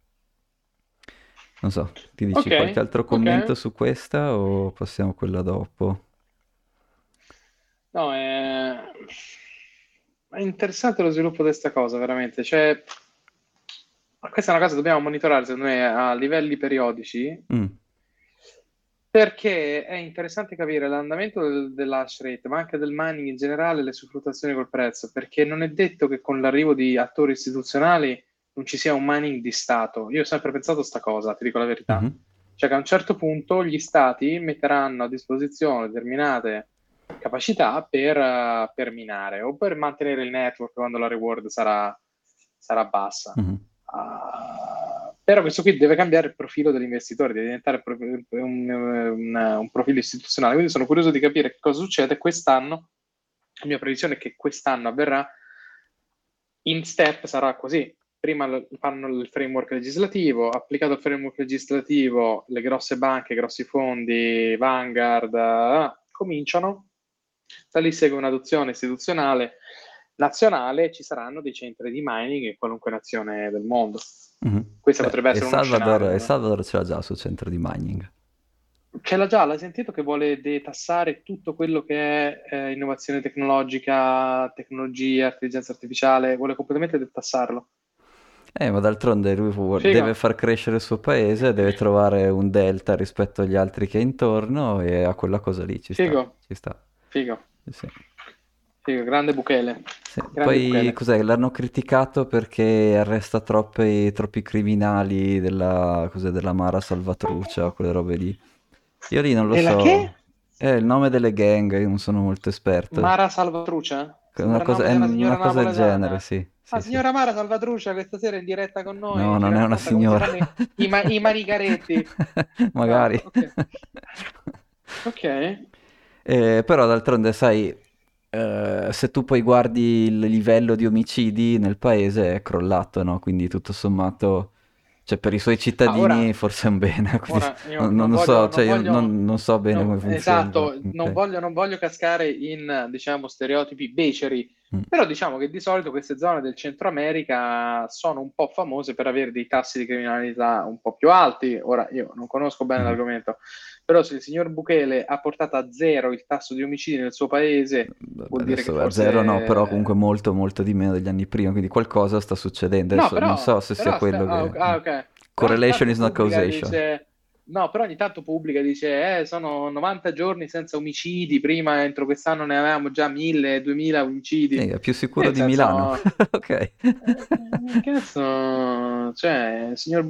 B: Non so, ti dici
A: Ok,
B: qualche altro
A: ok.
B: commento su questa o passiamo a quella dopo?
A: No, è interessante lo sviluppo di questa cosa, veramente. Cioè, questa è una cosa che dobbiamo monitorare, secondo me, a livelli periodici,
B: Mm,
A: perché è interessante capire l'andamento dell'hash rate, ma anche del mining in generale, le sue fluttuazioni col prezzo, perché non è detto che con l'arrivo di attori istituzionali non ci sia un mining di Stato. Io ho sempre pensato a sta cosa, ti dico la verità.
B: mhm,
A: Cioè che a un certo punto gli Stati metteranno a disposizione determinate capacità per minare o per mantenere il network quando la reward sarà bassa.
B: mhm,
A: Però questo qui deve cambiare il profilo dell'investitore, deve diventare un profilo istituzionale. Quindi sono curioso di capire che cosa succede quest'anno. La mia previsione è che quest'anno avverrà in step, sarà così. Prima fanno il framework legislativo, applicato il framework legislativo, le grosse banche, grossi fondi, Vanguard, cominciano, da lì segue un'adozione istituzionale nazionale, ci saranno dei centri di mining in qualunque nazione del mondo.
B: mhm.
A: Questo
B: Beh,
A: potrebbe essere uno scenario,
B: E
A: secondo me.
B: Salvador ce l'ha già sul centro di mining.
A: Ce l'ha già, l'hai sentito che vuole detassare tutto quello che è innovazione tecnologica, tecnologia, intelligenza artificiale, vuole completamente detassarlo.
B: Ma d'altronde
A: Figo,
B: deve far crescere il suo paese, deve trovare un delta rispetto agli altri che è intorno e a quella cosa lì ci sta,
A: figo,
B: ci sta.
A: figo,
B: Sì, sì.
A: figo, grande Bukele,
B: Sì.
A: grande
B: Poi
A: Bukele.
B: cos'è? L'hanno criticato perché arresta troppi criminali della Mara Salvatrucha o quelle robe lì. Io lì non lo
A: Della che?
B: so. È il nome delle gang, io non sono molto esperto.
A: Mara Salvatrucia?
B: Una
A: Sembra il
B: cosa,
A: nome
B: è
A: di una
B: una
A: signora
B: cosa del genere,
A: napoletana.
B: sì,
A: Ah,
B: sì, sì.
A: signora Mara Salvatrucia, questa sera è in diretta con
B: No,
A: noi, ci
B: non è una
A: racconta come si
B: signora.
A: fanno i manicaretti. No,
B: Magari.
A: ok. Ok.
B: Però d'altronde, sai, se tu poi guardi il livello di omicidi nel paese è crollato, no? Quindi tutto sommato, cioè per i suoi
A: Ah, ora,
B: cittadini forse è un bene, quindi
A: ora io non
B: non
A: voglio,
B: so,
A: non
B: cioè io
A: voglio,
B: non so bene come funzioni, però,
A: esatto,
B: ok.
A: non voglio cascare in, diciamo, stereotipi beceri,
B: Mm.
A: però diciamo che di solito queste zone del Centro America sono un po' famose per avere dei tassi di criminalità un po' più alti. Ora, io non conosco bene
B: Mhm.
A: l'argomento, però se il signor Bukele ha portato a zero il tasso di omicidi nel suo paese,
B: Vabbè,
A: vuol dire che
B: adesso a zero no, però comunque
A: forse...
B: molto di meno degli anni prima, quindi qualcosa sta succedendo.
A: No,
B: Adesso non so se sia quello che...
A: ok. Però ogni
B: Correlation
A: tanto
B: is not
A: pubblica e
B: causation.
A: dice, no, però ogni tanto pubblica e dice, sono 90 giorni senza omicidi, prima entro quest'anno ne avevamo già 1000, 2000 omicidi.
B: È più
A: E
B: sicuro
A: nel
B: di Milano.
A: senso,
B: Ok.
A: che cazzo, cioè,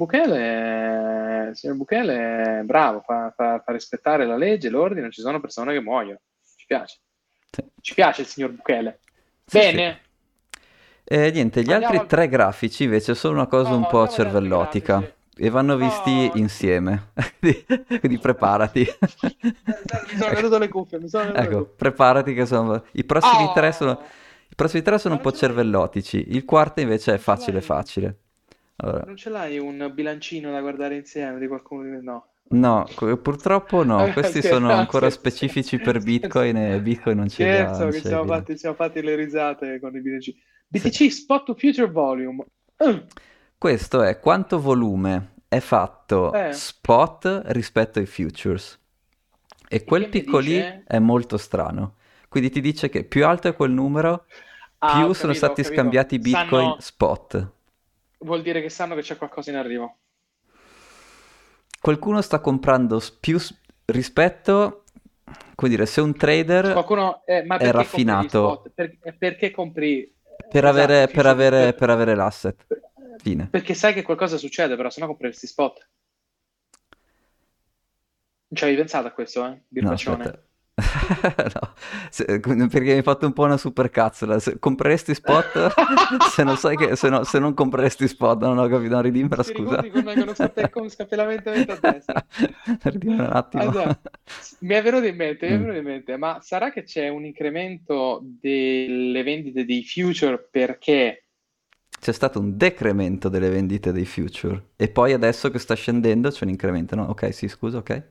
A: il signor Bukele è bravo, fa rispettare la legge, l'ordine, non ci sono persone che muoiono. Ci piace.
B: Sì,
A: Ci piace il signor Bukele.
B: sì, sì.
A: Bene,
B: E niente, gli
A: andiamo
B: altri
A: al...
B: tre grafici invece sono una cosa un
A: Oh,
B: po'
A: andiamo agli altri
B: cervellotica
A: grafici.
B: e vanno visti
A: Oh,
B: insieme. Quindi preparati.
A: mi sono cadute le cuffie, mi sono cadute le
B: Ecco,
A: cuffie.
B: preparati che sono...
A: Oh,
B: I prossimi tre sono
A: ma
B: un po' cervellotici, il quarto invece è
A: non ce
B: facile
A: l'hai,
B: facile. Allora,
A: non ce l'hai un bilancino da guardare insieme di qualcuno di... No.
B: no, purtroppo no, questi sono ancora
A: Scherzo,
B: specifici per
A: scherzo,
B: Bitcoin e Bitcoin non ce li ha,
A: scherzo,
B: non
A: che
B: ce li ha.
A: ci siamo fatti le risate con i BTC.
B: Sì.
A: BTC Spot to Future Volume.
B: Questo è quanto volume è fatto
A: Eh,
B: spot rispetto ai futures. E
A: e che
B: quel
A: mi
B: picco lì
A: dice?
B: è molto strano. Quindi ti dice che più alto è quel numero,
A: Ah,
B: più sono
A: ho
B: stati
A: capito.
B: scambiati Bitcoin spot.
A: Vuol dire che sanno che c'è qualcosa in arrivo.
B: Qualcuno sta comprando rispetto, come dire, se un trader
A: Qualcuno, ma
B: è
A: perché compri gli
B: raffinato
A: spot? Perché compri, esatto, i future?
B: per avere l'asset. Fine.
A: Perché sai che qualcosa succede, però sennò compreresti spot. Non ci avevi pensato a questo,
B: No,
A: Birbaccione?
B: aspetta. No, perché mi hai fatto un po' una supercazzola. Compreresti spot? Se non sai che, se non compreresti spot, non ho capito, non ridimmela,
A: Ti
B: scusa.
A: ricordi come scappella lentamente a destra?
B: Ridimmela un attimo.
A: Allora, mi è venuto in mente, mi è
B: Mm.
A: venuto in mente, ma sarà che c'è un incremento delle vendite dei future perché
B: C'è stato un decremento delle vendite dei future e poi adesso che sta scendendo c'è un incremento, no? Ok, sì, scusa, ok.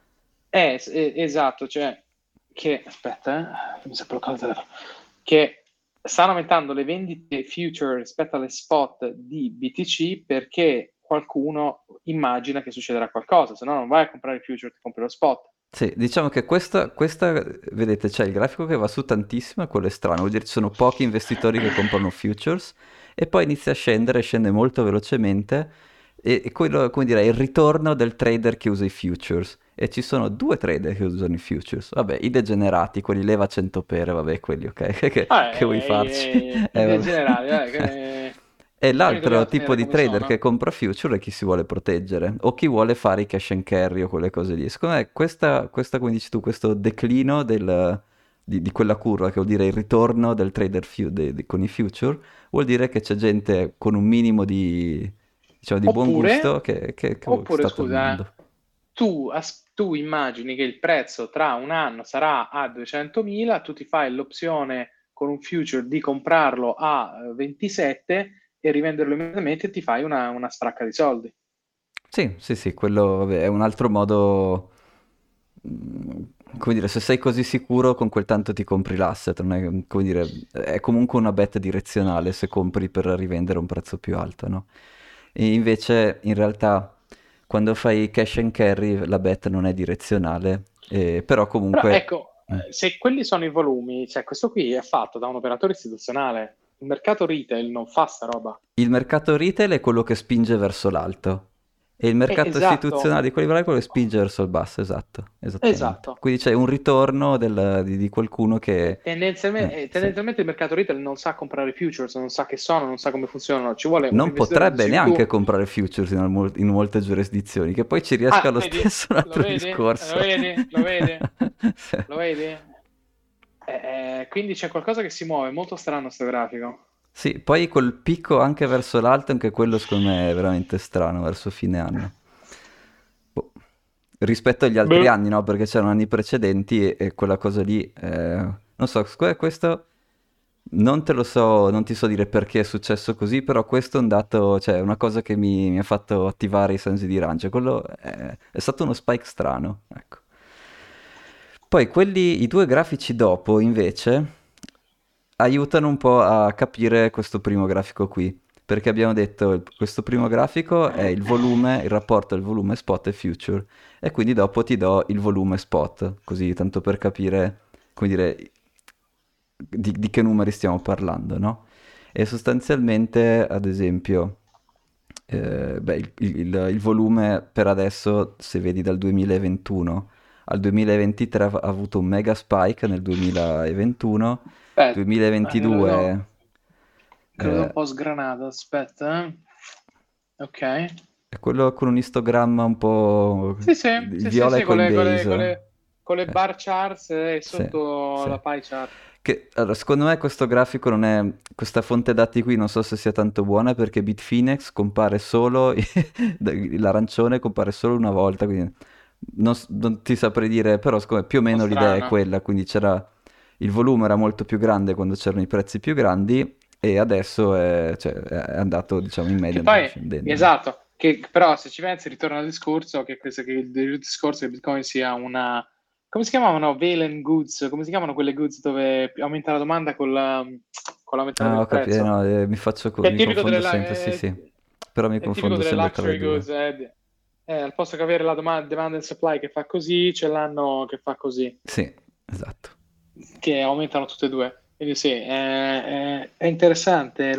A: esatto, cioè che aspetta, che mi si è bloccato il telefono, che stanno aumentando le vendite future rispetto alle spot di BTC perché qualcuno immagina che succederà qualcosa, se no non vai a comprare il future, ti compri lo spot.
B: Sì, diciamo che vedete, c'è il grafico che va su tantissimo e quello è strano, vuol dire ci sono pochi investitori che comprano futures e poi inizia a scendere, scende molto velocemente e quello, come dire, è il ritorno del trader che usa i futures. E ci sono due trader che usano i futures. Vabbè, i degenerati, quelli leva 100 pere, vabbè, quelli, ok? Che vuoi farci?
A: I
B: Vabbè.
A: degenerati,
B: E
A: noi li dobbiamo
B: l'altro tipo
A: tenere
B: di
A: come
B: trader che
A: sono.
B: compra future è chi si vuole proteggere o chi vuole fare i cash and carry o quelle cose lì. Secondo me come dici tu, questo declino di quella curva, che vuol dire il ritorno del trader con i future, vuol dire che c'è gente con un minimo di, diciamo, di buon gusto
A: Oppure,
B: che
A: oppure
B: sta
A: scusa,
B: tornando.
A: tu immagini che il prezzo tra un anno sarà a 200.000, tu ti fai l'opzione con un future di comprarlo a 27 e rivenderlo immediatamente e ti fai una stracca di soldi.
B: Sì, sì, sì, quello vabbè, è un altro modo, mm, come dire, se sei così sicuro con quel tanto ti compri l'asset, non è, come dire, è comunque una bet direzionale se compri per rivendere a un prezzo più alto, no? E invece, in realtà, quando fai cash and carry, la bet non è direzionale, però
A: Però
B: comunque...
A: ecco,
B: mm.
A: se quelli sono i volumi, cioè questo qui è fatto da un operatore istituzionale. Il mercato retail non fa sta roba.
B: Il mercato retail è quello che spinge verso l'alto e il mercato
A: Esatto,
B: istituzionale di quelli là è quello che spinge verso il basso, esatto, esattamente.
A: esatto.
B: Quindi c'è un ritorno di qualcuno che... sì.
A: Tendenzialmente il mercato retail non sa comprare futures, non sa che sono, non sa come funzionano. Ci vuole un
B: Non
A: investitore come
B: potrebbe
A: dicevi
B: neanche
A: tu.
B: comprare futures in molte giurisdizioni, che poi ci riesca
A: Ah,
B: lo
A: vedi?
B: stesso un
A: Lo
B: altro
A: vedi? Lo
B: discorso.
A: vedi? Lo vedi?
B: Sì.
A: Lo vedi? Quindi c'è qualcosa che si muove, molto strano sto grafico.
B: Sì, poi quel picco anche verso l'alto, anche quello secondo me è veramente strano, verso fine anno. Boh. Rispetto agli altri
A: Boh.
B: anni, no? Perché c'erano anni precedenti e quella cosa lì, non so, questo non te lo so, non ti so dire perché è successo così, però questo è un dato, cioè è una cosa che mi ha fatto attivare i sensi di rancia. Quello è stato uno spike strano, ecco. Poi i due grafici dopo, invece, aiutano un po' a capire questo primo grafico qui, perché abbiamo detto questo primo grafico è il volume, il rapporto del volume spot e future, e quindi dopo ti do il volume spot, così tanto per capire, come dire, di che numeri stiamo parlando, no? E sostanzialmente, ad esempio, beh, il volume per adesso, se vedi dal 2021 al 2023, ha avuto un mega spike nel 2021,
A: Aspetta, che lo vedo,
B: 2022
A: che lo vedo un
B: eh,
A: po' sgranato, aspetta. Ok.
B: è quello con un istogramma un po'...
A: Sì, sì,
B: Il
A: sì, sì,
B: viola è
A: sì,
B: Coinbase.
A: con le
B: Ok.
A: bar charts e
B: Sì,
A: sotto
B: sì.
A: la pie chart.
B: Allora, secondo me questo grafico non è... Questa fonte dati qui non so se sia tanto buona perché Bitfinex compare solo... L'arancione compare solo una volta, quindi non ti saprei dire, però secondo me più o
A: Un po'
B: meno l'idea è
A: strano.
B: quella, quindi c'era... Il volume era molto più grande quando c'erano i prezzi più grandi e adesso cioè, è andato, diciamo, in media
A: Che
B: andato
A: poi,
B: scendendo, no?
A: esatto, che però se ci pensi ritorna al discorso che il discorso che Bitcoin sia una... Come si chiamavano? Valen goods, come si chiamano quelle goods dove aumenta la domanda con l'aumentare
B: Ah,
A: del
B: ho capito,
A: prezzo?
B: no,
A: Che
B: mi confondo sempre, sì,
A: è,
B: sì, però mi
A: è tipico
B: confondo
A: delle
B: sempre tra le
A: luxury
B: due.
A: goods, al posto che avere la demand and supply che fa così, ce l'hanno che fa così,
B: Sì, esatto.
A: che aumentano tutte e due. Quindi sì, è interessante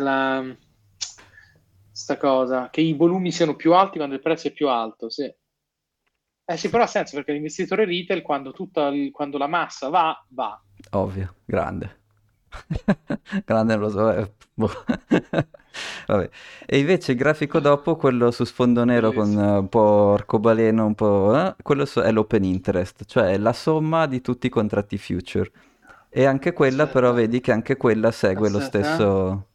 A: sta cosa, che i volumi siano più alti quando il prezzo è più alto, sì. Eh sì, però ha senso perché l'investitore retail quando la massa va, va.
B: Ovvio, grande. Grande non lo so, boh. Vabbè. E invece il grafico dopo, quello su sfondo nero con
A: Bellissimo.
B: un po' arcobaleno, un po', quello è l'open interest, cioè è la somma di tutti i contratti future. E anche quella, però,
A: Aspetta,
B: vedi che anche quella segue lo
A: aspetta, eh.
B: stesso.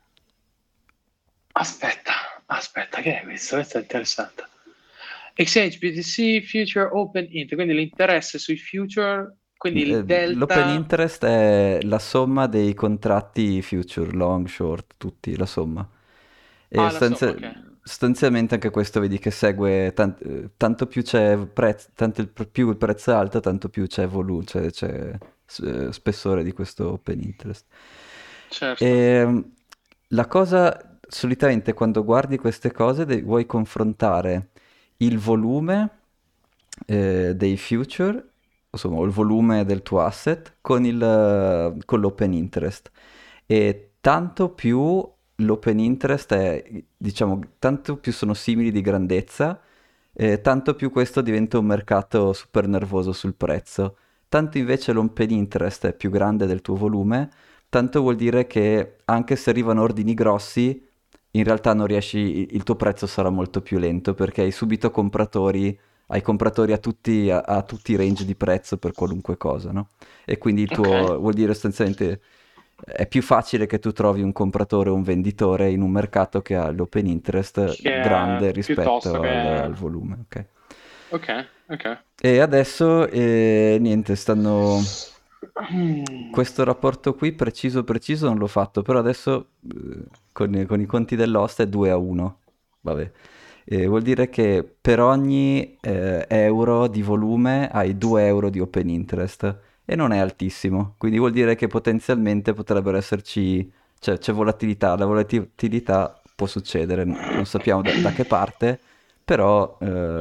A: Aspetta, aspetta, che è questo? Questo è interessante. Exchange BTC Future Open Int, quindi l'interesse sui future, quindi il
B: L'open
A: delta.
B: interest è la somma dei contratti future, long, short, tutti, la somma. E
A: Ah, la somma, ok.
B: sostanzialmente anche questo vedi che segue, tanto più c'è prezzo, più il prezzo è alto, tanto più c'è volume, c'è spessore di questo open interest.
A: Certo.
B: E la cosa, solitamente quando guardi queste cose, vuoi confrontare il volume dei future, insomma, o il volume del tuo asset con l'open interest. E tanto più l'open interest è, diciamo, tanto più sono simili di grandezza, tanto più questo diventa un mercato super nervoso sul prezzo. Tanto invece l'open interest è più grande del tuo volume, tanto vuol dire che anche se arrivano ordini grossi, in realtà non riesci, il tuo prezzo sarà molto più lento perché hai subito compratori, hai compratori a tutti i range di prezzo per qualunque cosa, no? E quindi il
A: Ok.
B: tuo vuol dire sostanzialmente è più facile che tu trovi un compratore o un venditore in un mercato che ha l'open interest grande
A: Piuttosto
B: rispetto al
A: che.
B: volume, ok?
A: Ok, ok.
B: E adesso niente, stanno.
A: Mm.
B: Questo rapporto qui preciso preciso non l'ho fatto, però adesso con i conti dell'host è 2 a 1. Vabbè. Vuol dire che per ogni euro di volume hai 2 euro di open interest e non è altissimo, quindi vuol dire che potenzialmente potrebbero esserci, cioè c'è volatilità, la volatilità può succedere, non sappiamo da che parte, però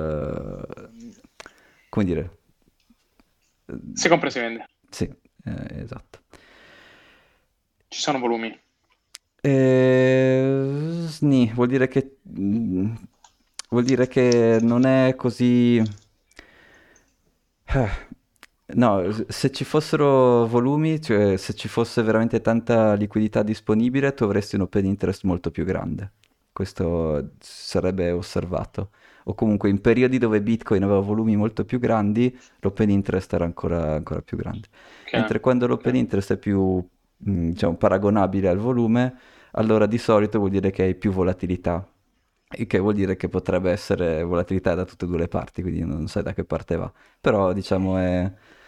B: come dire, eh,
A: Si compra e si vende.
B: sì, esatto.
A: Ci sono volumi.
B: Sni, vuol dire che non è così. eh, No, se ci fossero volumi, cioè se ci fosse veramente tanta liquidità disponibile, tu avresti un open interest molto più grande. Questo sarebbe osservato. O comunque in periodi dove Bitcoin aveva volumi molto più grandi, l'open interest era ancora più grande.
A: Ok,
B: Mentre quando
A: ok.
B: l'open interest è più, diciamo, paragonabile al volume, allora di solito vuol dire che hai più volatilità. Il che vuol dire che potrebbe essere volatilità da tutte e due le parti, quindi non sai da che parte va. Però diciamo è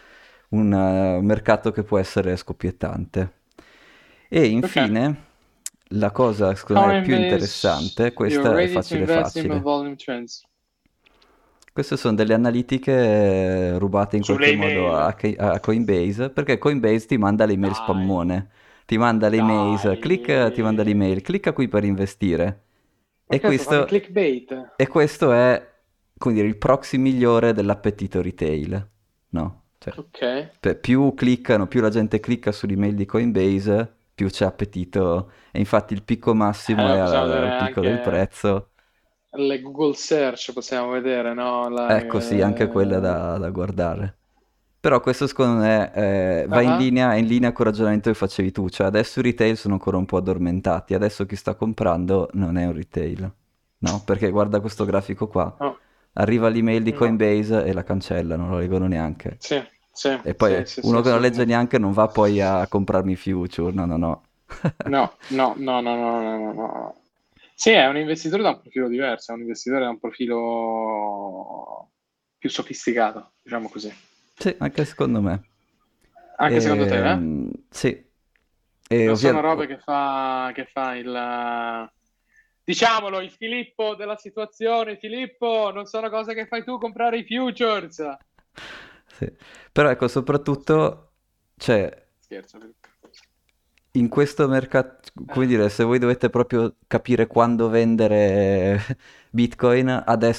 B: un mercato che può essere scoppiettante. E
A: Ok.
B: infine, la cosa secondo me più
A: Coinbase,
B: interessante,
A: you're
B: questa è
A: ready to
B: facile
A: invest in
B: facile.
A: volume trends.
B: Queste sono delle analitiche rubate in
A: Sulle
B: qualche modo
A: email.
B: a Coinbase, perché Coinbase ti manda le email
A: Dai,
B: spammone, ti manda le email, ti manda
A: dai.
B: l'email, clicca qui per investire.
A: Ma
B: E
A: che sto fanno i
B: questo,
A: clickbait?
B: e questo è, come dire, il proxy migliore dell'appetito retail, no? Cioè,
A: Ok.
B: più cliccano, più la gente clicca sull'email di Coinbase, più c'è appetito. E infatti il picco massimo è
A: Possiamo vedere
B: al picco del
A: anche
B: prezzo.
A: le Google Search, possiamo vedere, no?
B: Ecco sì, anche quella da guardare. Però questo secondo me va in
A: Ah,
B: linea, è in linea con il ragionamento che facevi tu, cioè adesso i retail sono ancora un po' addormentati, adesso chi sta comprando non è un retail, no? Perché guarda questo grafico qua,
A: no,
B: arriva l'email di
A: no.
B: Coinbase e la cancellano, non lo leggono neanche.
A: Sì, sì,
B: E poi
A: sì, sì, sì,
B: uno che non legge
A: assolutamente.
B: neanche non va poi a comprarmi future, no, no, no.
A: No, no, no, no, no, no, no, no. Sì, è un investitore da un profilo diverso, è un investitore da un profilo più sofisticato, diciamo così.
B: Sì, anche secondo me.
A: Anche secondo te, eh?
B: Sì, e
A: Non sono
B: ovviamente.
A: robe che fa diciamolo, il Filippo della situazione, Filippo, non sono cose che fai tu comprare i futures.
B: Sì. Però ecco, soprattutto, cioè,
A: Scherzo, Filippo.
B: in questo mercato, come
A: Eh,
B: dire, se voi dovete proprio capire quando vendere Bitcoin,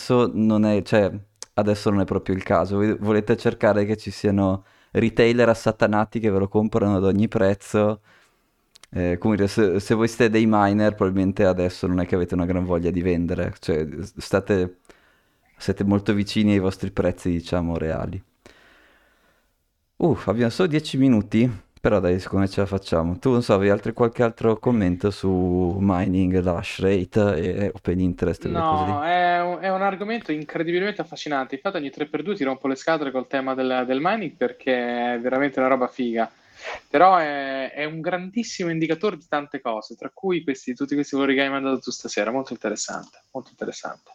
B: adesso non è proprio il caso. Voi volete cercare che ci siano retailer assatanati che ve lo comprano ad ogni prezzo. Come dire, se voi siete dei miner, probabilmente adesso non è che avete una gran voglia di vendere, cioè siete molto vicini ai vostri prezzi, diciamo, reali. Abbiamo solo 10 minuti, Però dai, secondo me ce la facciamo. Tu non so, avevi qualche altro commento su mining, l'hash rate e open interest e quelle cose lì?
A: No, è un argomento incredibilmente affascinante. Infatti, ogni 3x2 ti rompo le scatole col tema del mining perché è veramente una roba figa. Però è un grandissimo indicatore di tante cose, tra cui tutti questi valori che hai mandato tu stasera. Molto interessante, molto interessante.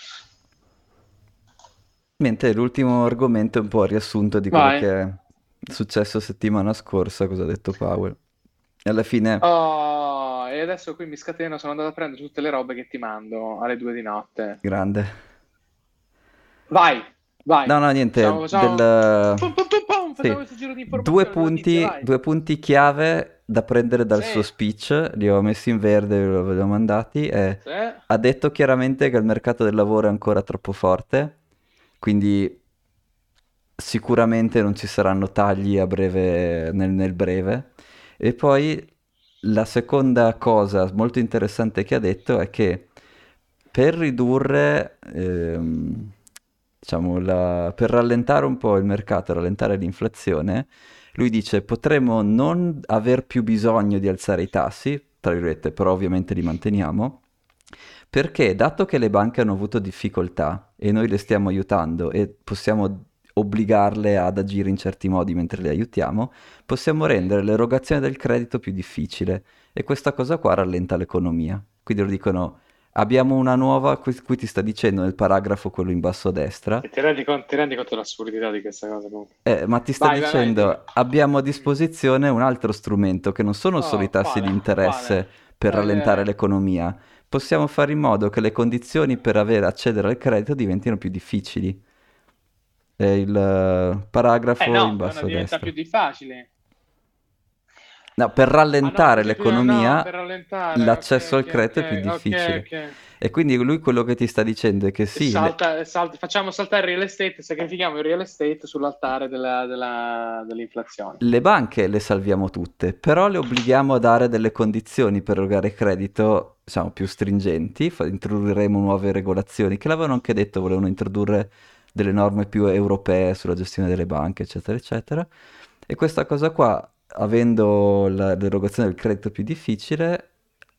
B: Mentre l'ultimo argomento è un po' il riassunto di quello
A: Vai.
B: che è successo settimana scorsa, cosa ha detto Powell. E alla fine,
A: Oh, e adesso qui mi scateno, sono andato a prendere tutte le robe che ti mando alle 2 di notte.
B: grande.
A: Vai, vai.
B: No, no, niente,
A: Pum, pum, pum, pum, facciamo
B: Sì,
A: questo giro di informazioni, di notizie, vai.
B: due punti chiave da prendere dal suo
A: Sì,
B: speech, li ho messi in verde, ve li ho mandati,
A: sì.
B: ha detto chiaramente che il mercato del lavoro è ancora troppo forte, quindi sicuramente non ci saranno tagli a breve, nel breve. E poi la seconda cosa molto interessante che ha detto è che per ridurre, diciamo, per rallentare un po' il mercato, rallentare l'inflazione, lui dice potremmo non aver più bisogno di alzare i tassi, tra virgolette, però ovviamente li manteniamo, perché dato che le banche hanno avuto difficoltà e noi le stiamo aiutando e possiamo obbligarle ad agire in certi modi mentre le aiutiamo, possiamo rendere l'erogazione del credito più difficile e questa cosa qua rallenta l'economia. Quindi lo dicono, abbiamo una nuova, qui ti sta dicendo nel paragrafo quello in basso a destra,
A: E ti rendi conto dell'assurdità di questa cosa comunque.
B: ma ti sta
A: Vai, dimmi.
B: dicendo abbiamo a
A: Dimmi.
B: disposizione un altro strumento che non sono solo i
A: Oh,
B: tassi di
A: quale? Quale?
B: interesse per rallentare l'economia, possiamo fare in modo che le condizioni per accedere al credito diventino più difficili. È il paragrafo in
A: No, non
B: basso a
A: diventa più
B: destra.
A: di facile.
B: No, per
A: Ah no,
B: rallentare
A: no,
B: l'economia
A: per rallentare.
B: l'accesso
A: Ok,
B: al
A: ok,
B: credito è più
A: ok, ok,
B: difficile.
A: ok.
B: E quindi lui quello che ti sta dicendo è che
A: E
B: sì,
A: facciamo saltare il real estate, sacrifichiamo il real estate sull'altare dell'inflazione.
B: le banche le salviamo tutte, però le obblighiamo a dare delle condizioni per erogare credito, diciamo, più stringenti. Introdurremo nuove regolazioni che l'avevano anche detto, volevano introdurre delle norme più europee sulla gestione delle banche, eccetera, eccetera. E questa cosa qua, avendo l'erogazione del credito più difficile,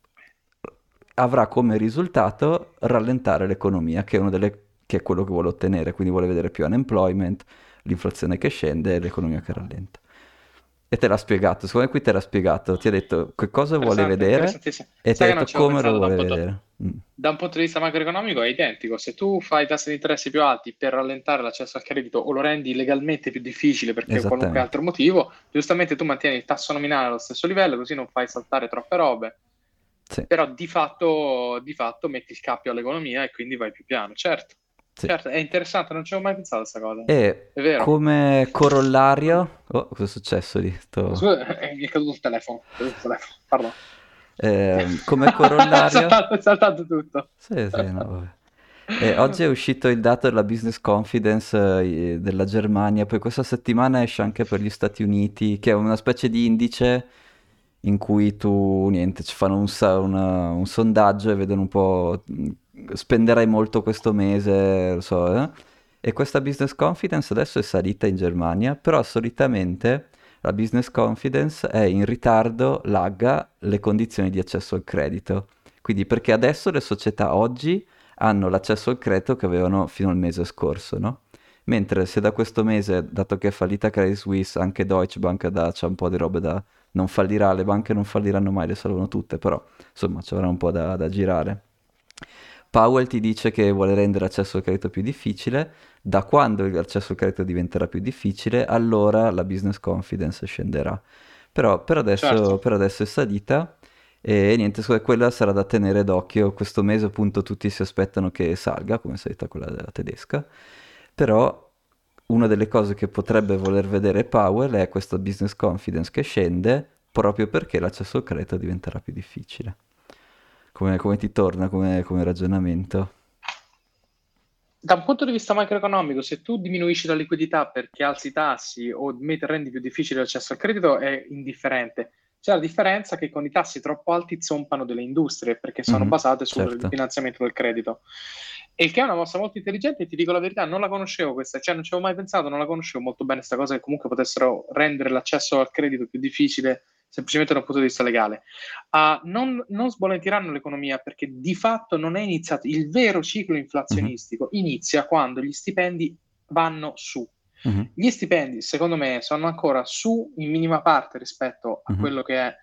B: avrà come risultato rallentare l'economia, che è quello che vuole ottenere, quindi vuole vedere più unemployment, l'inflazione che scende e l'economia che rallenta. E te l'ha spiegato, secondo me qui te l'ha spiegato, ti ha detto che cosa vuole
A: Interessante,
B: vedere
A: interessantissimo.
B: e ti ha
A: Sai che non
B: detto
A: ci avevo
B: come lo
A: pensato
B: vuole vedere.
A: da un punto di vista macroeconomico è identico. Se tu fai tassi di interesse più alti per rallentare l'accesso al credito o lo rendi legalmente più difficile perché qualunque
B: Esattamente.
A: altro motivo, giustamente tu mantieni il tasso nominale allo stesso livello, così non fai saltare troppe robe.
B: Sì,
A: Però di fatto metti il cappio all'economia e quindi vai più piano. Certo,
B: sì.
A: certo, è interessante, non ci avevo mai pensato a questa cosa.
B: E
A: È vero.
B: come
A: Mm.
B: corollario... Oh, cosa è successo lì?
A: Scusa, mi è caduto il telefono. Pardon.
B: Come corollario...
A: È saltato tutto.
B: Sì, sì, no, vabbè. Oggi è uscito il dato della business confidence della Germania, poi questa settimana esce anche per gli Stati Uniti, che è una specie di indice in cui tu, niente, ci fanno un sondaggio e vedono un po', spenderai molto questo mese, lo so, eh? E questa business confidence adesso è salita in Germania, però solitamente la business confidence è in ritardo, lagga le condizioni di accesso al credito. Quindi perché adesso le società oggi hanno l'accesso al credito che avevano fino al mese scorso, no? Mentre se da questo mese, dato che è fallita Credit Suisse, anche Deutsche Bank c'ha un po' di robe da... non fallirà, le banche non falliranno mai, le salvano tutte, però insomma ci avrà un po' da girare. Powell ti dice che vuole rendere l'accesso al credito più difficile, da quando l'accesso al credito diventerà più difficile, allora la business confidence scenderà. Però
A: Certo.
B: per adesso è salita e niente, quella sarà da tenere d'occhio. Questo mese appunto tutti si aspettano che salga, come è salita quella della tedesca, però una delle cose che potrebbe voler vedere Powell è questa business confidence che scende proprio perché l'accesso al credito diventerà più difficile. Come ti torna come ragionamento?
A: Da un punto di vista macroeconomico, se tu diminuisci la liquidità perché alzi i tassi o rendi più difficile l'accesso al credito, è indifferente. C'è la differenza che con i tassi troppo alti zompano delle industrie perché sono
B: Mhm,
A: basate sul
B: certo.
A: finanziamento del credito. E il che è una mossa molto intelligente, e ti dico la verità, non la conoscevo questa, cioè non ci avevo mai pensato, non la conoscevo molto bene questa cosa, che comunque potessero rendere l'accesso al credito più difficile semplicemente da un punto di vista legale. Non sbolentiranno l'economia, perché di fatto non è iniziato, il vero ciclo
B: Mhm,
A: inflazionistico inizia quando gli stipendi vanno su.
B: mhm,
A: Gli stipendi, secondo me, sono ancora su in minima parte rispetto a
B: mhm,
A: quello che è,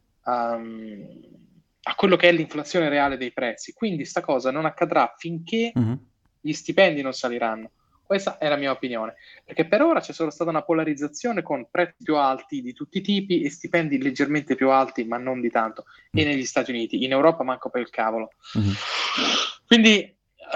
A: a quello che è l'inflazione reale dei prezzi. Quindi sta cosa non accadrà finché
B: mhm.
A: gli stipendi non saliranno. Questa è la mia opinione, perché per ora c'è solo stata una polarizzazione con prezzi più alti di tutti i tipi e stipendi leggermente più alti, ma non di tanto. E negli Stati Uniti, in Europa manco per il cavolo.
B: Mhm.
A: Quindi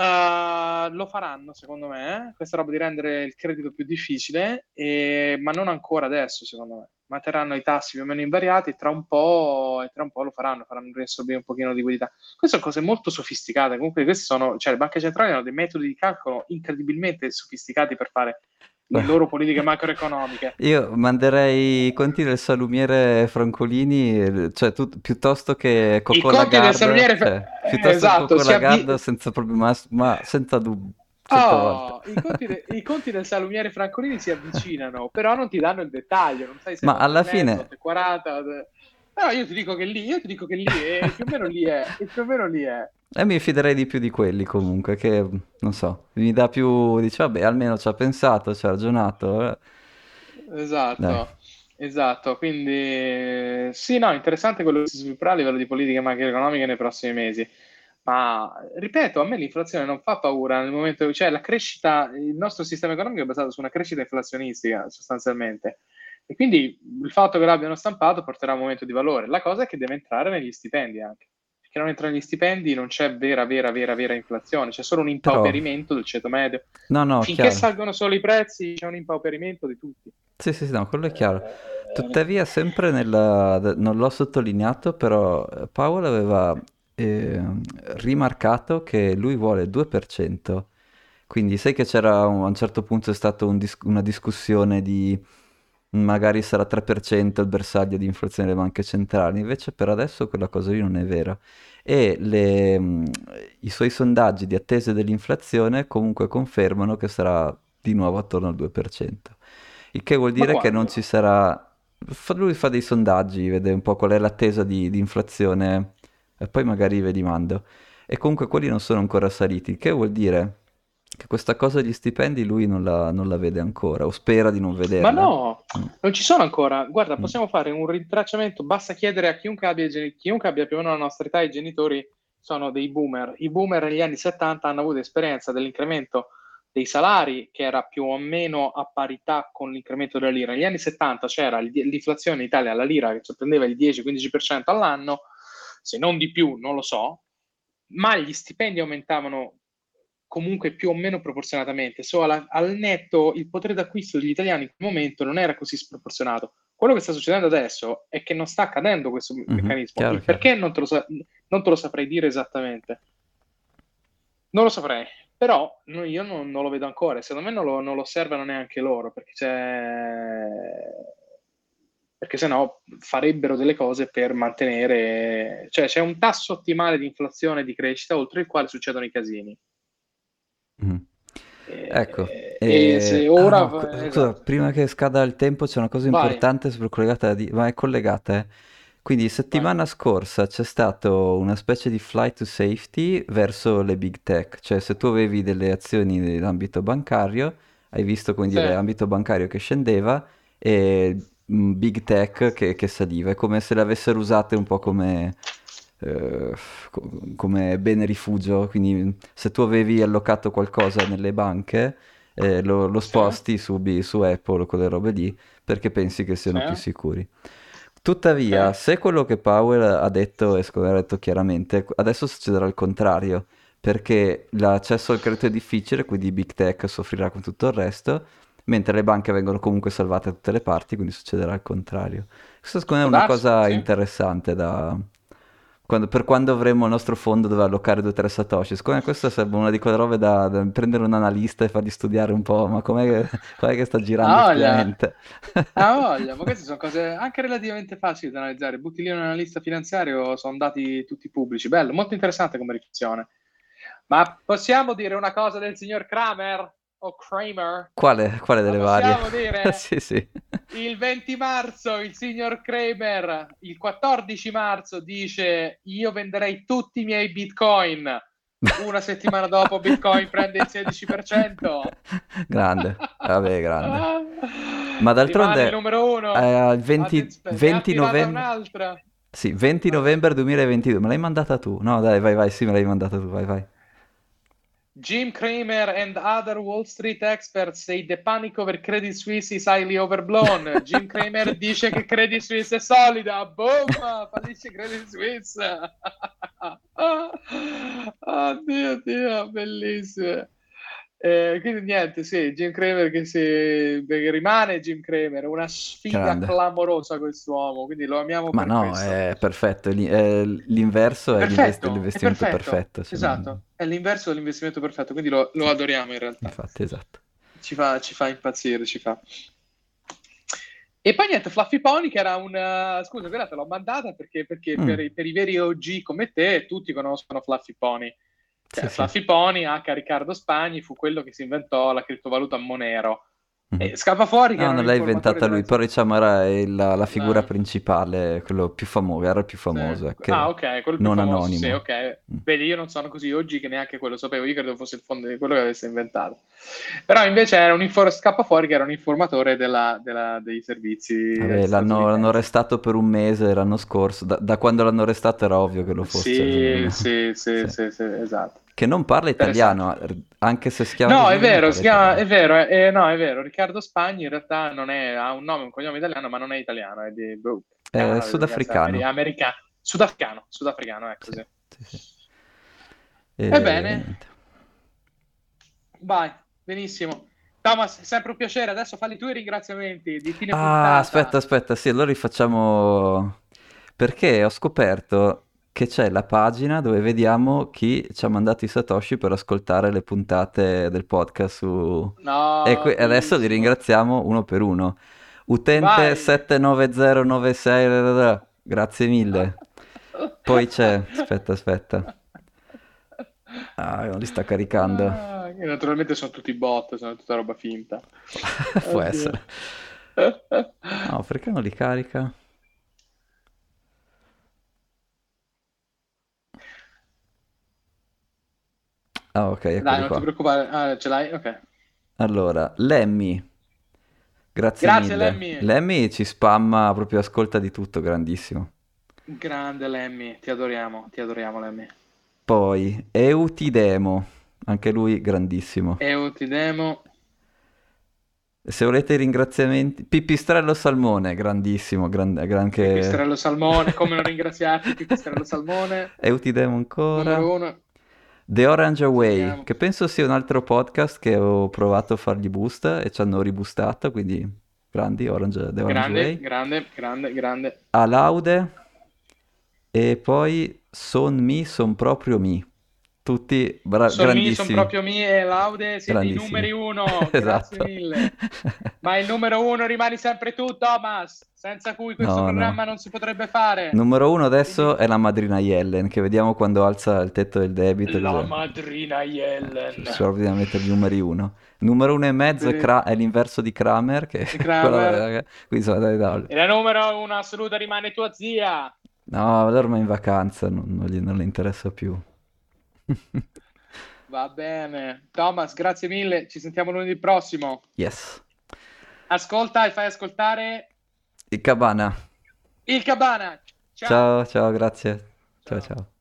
A: lo faranno, secondo me, questa roba di rendere il credito più difficile, ma non ancora adesso, secondo me. Manterranno i tassi più o meno invariati e tra un po' lo faranno riassorbire un pochino di liquidità. Queste sono cose molto sofisticate. Comunque, queste sono, cioè, le banche centrali hanno dei metodi di calcolo incredibilmente sofisticati per fare le
B: Beh,
A: loro politiche macroeconomiche.
B: io manderei i conti del salumiere Francolini, cioè piuttosto che
A: I
B: Coco
A: conti del
B: Lagarde,
A: salumiere,
B: cioè, piuttosto che
A: esatto,
B: Coco Lagarde senza problemi, ma senza dubbio, 100 volte.
A: Oh, i conti del salumiere Francolini si avvicinano, però non ti danno il dettaglio, non sai se è
B: Ma alla
A: 8,5,
B: fine
A: 8,40. Però io ti dico che lì, e più o meno lì è, e più o meno lì è.
B: mi fiderei di più di quelli comunque, che non so, mi dà più, dice, vabbè, almeno ci ha pensato, ci ha ragionato. Dai.
A: Esatto, esatto. Quindi sì, no, interessante quello che si svilupperà a livello di politiche macroeconomiche nei prossimi mesi. Ma ripeto, a me l'inflazione non fa paura nel momento, cioè la crescita, il nostro sistema economico è basato su una crescita inflazionistica sostanzialmente. E quindi il fatto che l'abbiano stampato porterà a un momento di valore. La cosa è che deve entrare negli stipendi anche. Perché non entra negli stipendi non c'è vera inflazione, c'è solo un
B: Però,
A: impauperimento del ceto medio.
B: no, no,
A: Finché
B: chiaro.
A: salgono solo i prezzi, c'è un impauperimento di tutti.
B: Sì, sì, sì, no, quello è chiaro.
A: Eh,
B: Tuttavia, sempre non l'ho sottolineato, però Paolo aveva eh, rimarcato che lui vuole il 2%. Quindi sai che a un certo punto è stata una discussione di magari sarà 3% il bersaglio di inflazione delle banche centrali, invece per adesso quella cosa lì non è vera. E i suoi sondaggi di attesa dell'inflazione comunque confermano che sarà di nuovo attorno al 2%. Il che vuol
A: ma
B: dire che non ci
A: quando?
B: sarà... Lui fa dei sondaggi, vede un po' qual è l'attesa di inflazione e poi magari ve li mando. E comunque quelli non sono ancora saliti, il che vuol dire che questa cosa degli stipendi lui non la vede ancora, o spera di non
A: Ma
B: vederla.
A: no,
B: Mm,
A: non ci sono ancora. Guarda,
B: mm,
A: possiamo fare un rintracciamento. Basta chiedere a chiunque abbia più o meno la nostra età. I genitori sono dei boomer. I boomer negli anni 70 hanno avuto esperienza dell'incremento dei salari, che era più o meno a parità con l'incremento della lira. Negli anni 70 c'era l'inflazione in Italia, la lira che sorprendeva il 10-15% all'anno, se non di più, non lo so, ma gli stipendi aumentavano comunque più o meno proporzionatamente. Al netto il potere d'acquisto degli italiani in quel momento non era così sproporzionato. Quello che sta succedendo adesso è che non sta accadendo questo
B: mhm,
A: meccanismo.
B: chiaro,
A: Il
B: chiaro.
A: perché non te lo saprei dire esattamente. Non lo saprei, però io non lo vedo ancora. Secondo me non lo osservano neanche loro, perché sennò farebbero delle cose per mantenere, cioè c'è un tasso ottimale di inflazione e di crescita oltre il quale succedono i casini.
B: Mhm. Ecco,
A: E se
B: ah
A: ora,
B: no, scusa,
A: esatto,
B: prima che scada il tempo c'è una cosa
A: vai,
B: importante super collegata, ma è collegata, eh. Quindi
A: vai.
B: settimana scorsa c'è stato una specie di flight to safety verso le big tech, cioè se tu avevi delle azioni nell'ambito bancario, hai visto, come
A: Sì,
B: dire, ambito bancario che scendeva e big tech che saliva, è come se le avessero usate un po' eh, come bene rifugio, quindi se tu avevi allocato qualcosa nelle banche, lo
A: sì,
B: sposti su Apple o quelle robe lì perché pensi che
A: sì,
B: siano più sicuri.
A: ok.
B: Tuttavia, se quello che Powell ha detto, e secondo me ha detto chiaramente, adesso succederà il contrario, perché l'accesso al credito è difficile, quindi Big Tech soffrirà con tutto il resto, mentre le banche vengono comunque salvate da tutte le parti, quindi succederà il contrario. Questo secondo me
A: Può
B: è una
A: darsi,
B: cosa
A: sì.
B: interessante per quando avremo il nostro fondo dove allocare 2-3 satoshi. Secondo me questa sarebbe una di quelle robe da prendere un analista e fargli studiare un po', ma com'è che sta girando
A: Ah, voglia,
B: effettivamente?
A: ah, voglia, ma queste sono cose anche relativamente facili da analizzare. Butti lì un analista finanziario, sono dati tutti pubblici. Bello, molto interessante come riflessione. Ma possiamo dire una cosa del signor Kramer o Kramer?
B: Quale delle varie?
A: Possiamo dire
B: Sì, sì.
A: il 20 marzo il signor Kramer, il 14 marzo dice io venderei tutti i miei bitcoin. Una settimana dopo Bitcoin prende il 16%.
B: Grande, vabbè, grande. Ma
A: Rimane il
B: d'altronde
A: numero uno.
B: il 20,
A: Ne ha
B: 20
A: tirata
B: novembre...
A: un'altra.
B: Sì, 20 novembre 2022, me l'hai mandata tu? No, dai, vai, sì, me l'hai mandata tu, vai.
A: Jim Cramer and other Wall Street experts say the panic over Credit Suisse is highly overblown. Jim Cramer dice che Credit Suisse è solida. Boom! Fallisce Credit Suisse. Oddio, Dio, bellissimo. Quindi niente, sì, Jim Cramer che rimane Jim Cramer, una sfiga
B: Grande.
A: clamorosa quest'uomo, quindi lo amiamo
B: Ma
A: per
B: no,
A: questo.
B: è perfetto, l'inverso è
A: Perfetto, è
B: l'investimento
A: perfetto,
B: perfetto. Cioè,
A: esatto, è l'inverso dell'investimento perfetto, quindi lo
B: sì,
A: adoriamo in realtà.
B: infatti, esatto.
A: Ci fa impazzire, ci fa. E poi niente, Fluffy Pony che era scusa, quella te l'ho mandata perché per i veri OG come te tutti conoscono Fluffy Pony. Cioè,
B: Sì, sì.
A: Fluffy Pony, H. Riccardo Spagni, fu quello che si inventò la criptovaluta Monero. E scappa fuori che
B: No,
A: era un
B: non l'ha
A: informatore
B: inventata lui,
A: della...
B: però diciamo era la figura
A: No.
B: principale, quello più famoso, era il più
A: Sì.
B: famoso,
A: Ah,
B: che
A: ok, quello più
B: non
A: famoso, sì,
B: anonimo.
A: ok. Vedi, io non sono così oggi che neanche quello sapevo, io credo fosse il fondo di quello che avesse inventato. Però invece era scappa fuori che era un informatore dei servizi
B: Vabbè, l'hanno
A: statunitensi.
B: arrestato per un mese l'anno scorso, da quando l'hanno arrestato era ovvio che lo fosse.
A: Sì, sì,
B: Sì.
A: sì, sì, sì, esatto.
B: Che non parla
A: Interessante.
B: italiano, anche se si chiama
A: No,
B: così,
A: è
B: lui non
A: vero,
B: parla italiano.
A: è vero, no, è vero. Riccardo Spagni in realtà non è, ha un nome e un cognome italiano, ma non è italiano, è di
B: È
A: Canada,
B: sudafricano.
A: americano. Sudafricano, ecco,
B: Sì,
A: sì.
B: sì, sì.
A: Ebbene,
B: Niente.
A: vai, benissimo. Thomas, è sempre un piacere. Adesso falli tu i ringraziamenti di fine
B: Ah,
A: puntata.
B: aspetta, sì, allora rifacciamo... Perché ho scoperto che c'è la pagina dove vediamo chi ci ha mandato i Satoshi per ascoltare le puntate del podcast su... E
A: No,
B: adesso li
A: bellissimo.
B: ringraziamo uno per uno. Utente
A: Vai.
B: 79096, grazie mille. Poi c'è... Aspetta. Ah, non li sta caricando.
A: Che naturalmente sono tutti bot, sono tutta roba finta.
B: Può
A: Oddio.
B: essere. No, perché non li carica? Ah, ok,
A: Dai,
B: eccoli
A: non ti
B: qua.
A: preoccupare. Ah, ce l'hai? Ok.
B: Allora, Lemmy, grazie
A: Grazie,
B: mille.
A: Lemmy.
B: Lemmy ci spamma, proprio ascolta di tutto, grandissimo.
A: Grande Lemmy, ti adoriamo Lemmy.
B: Poi, Eutidemo, anche lui grandissimo.
A: Eutidemo,
B: Se volete i ringraziamenti, Pipistrello Salmone, grandissimo, granché...
A: Pipistrello Salmone, come non ringraziarti, Pipistrello Salmone,
B: Eutidemo ancora.
A: numero uno,
B: The Orange
A: ti
B: Away,
A: amiamo.
B: che penso sia un altro podcast che ho provato a fargli boost e ci hanno ribustato, quindi grandi, The Orange
A: Grande,
B: Way.
A: grande, grande, grande.
B: Alaude e poi Son proprio mi. Tutti
A: Son
B: grandissimi,
A: proprio mie e Laude, siete i
B: grandissimi.
A: numeri uno, grazie
B: Esatto.
A: mille. Ma il numero uno rimani sempre tu, Thomas, senza cui questo
B: No.
A: programma non si potrebbe fare.
B: Numero uno adesso
A: Quindi
B: è la madrina Yellen, che vediamo quando alza il tetto del debito,
A: la
B: cos'è?
A: madrina Yellen.
B: Solo bisogna mettere i numeri uno. Numero uno e mezzo è,
A: Quindi,
B: è l'inverso di Kramer, che
A: di
B: è quella...
A: Kramer.
B: Quindi insomma, dai.
A: E la numero uno assoluta rimane tua zia.
B: No, loro è in vacanza, non le interessa più.
A: Va bene. Thomas, grazie mille. Ci sentiamo lunedì prossimo.
B: Yes.
A: Ascolta e fai ascoltare
B: Il Cabana.
A: il Cabana. Ciao.
B: Ciao, grazie. Ciao,
A: Ciao.
B: ciao.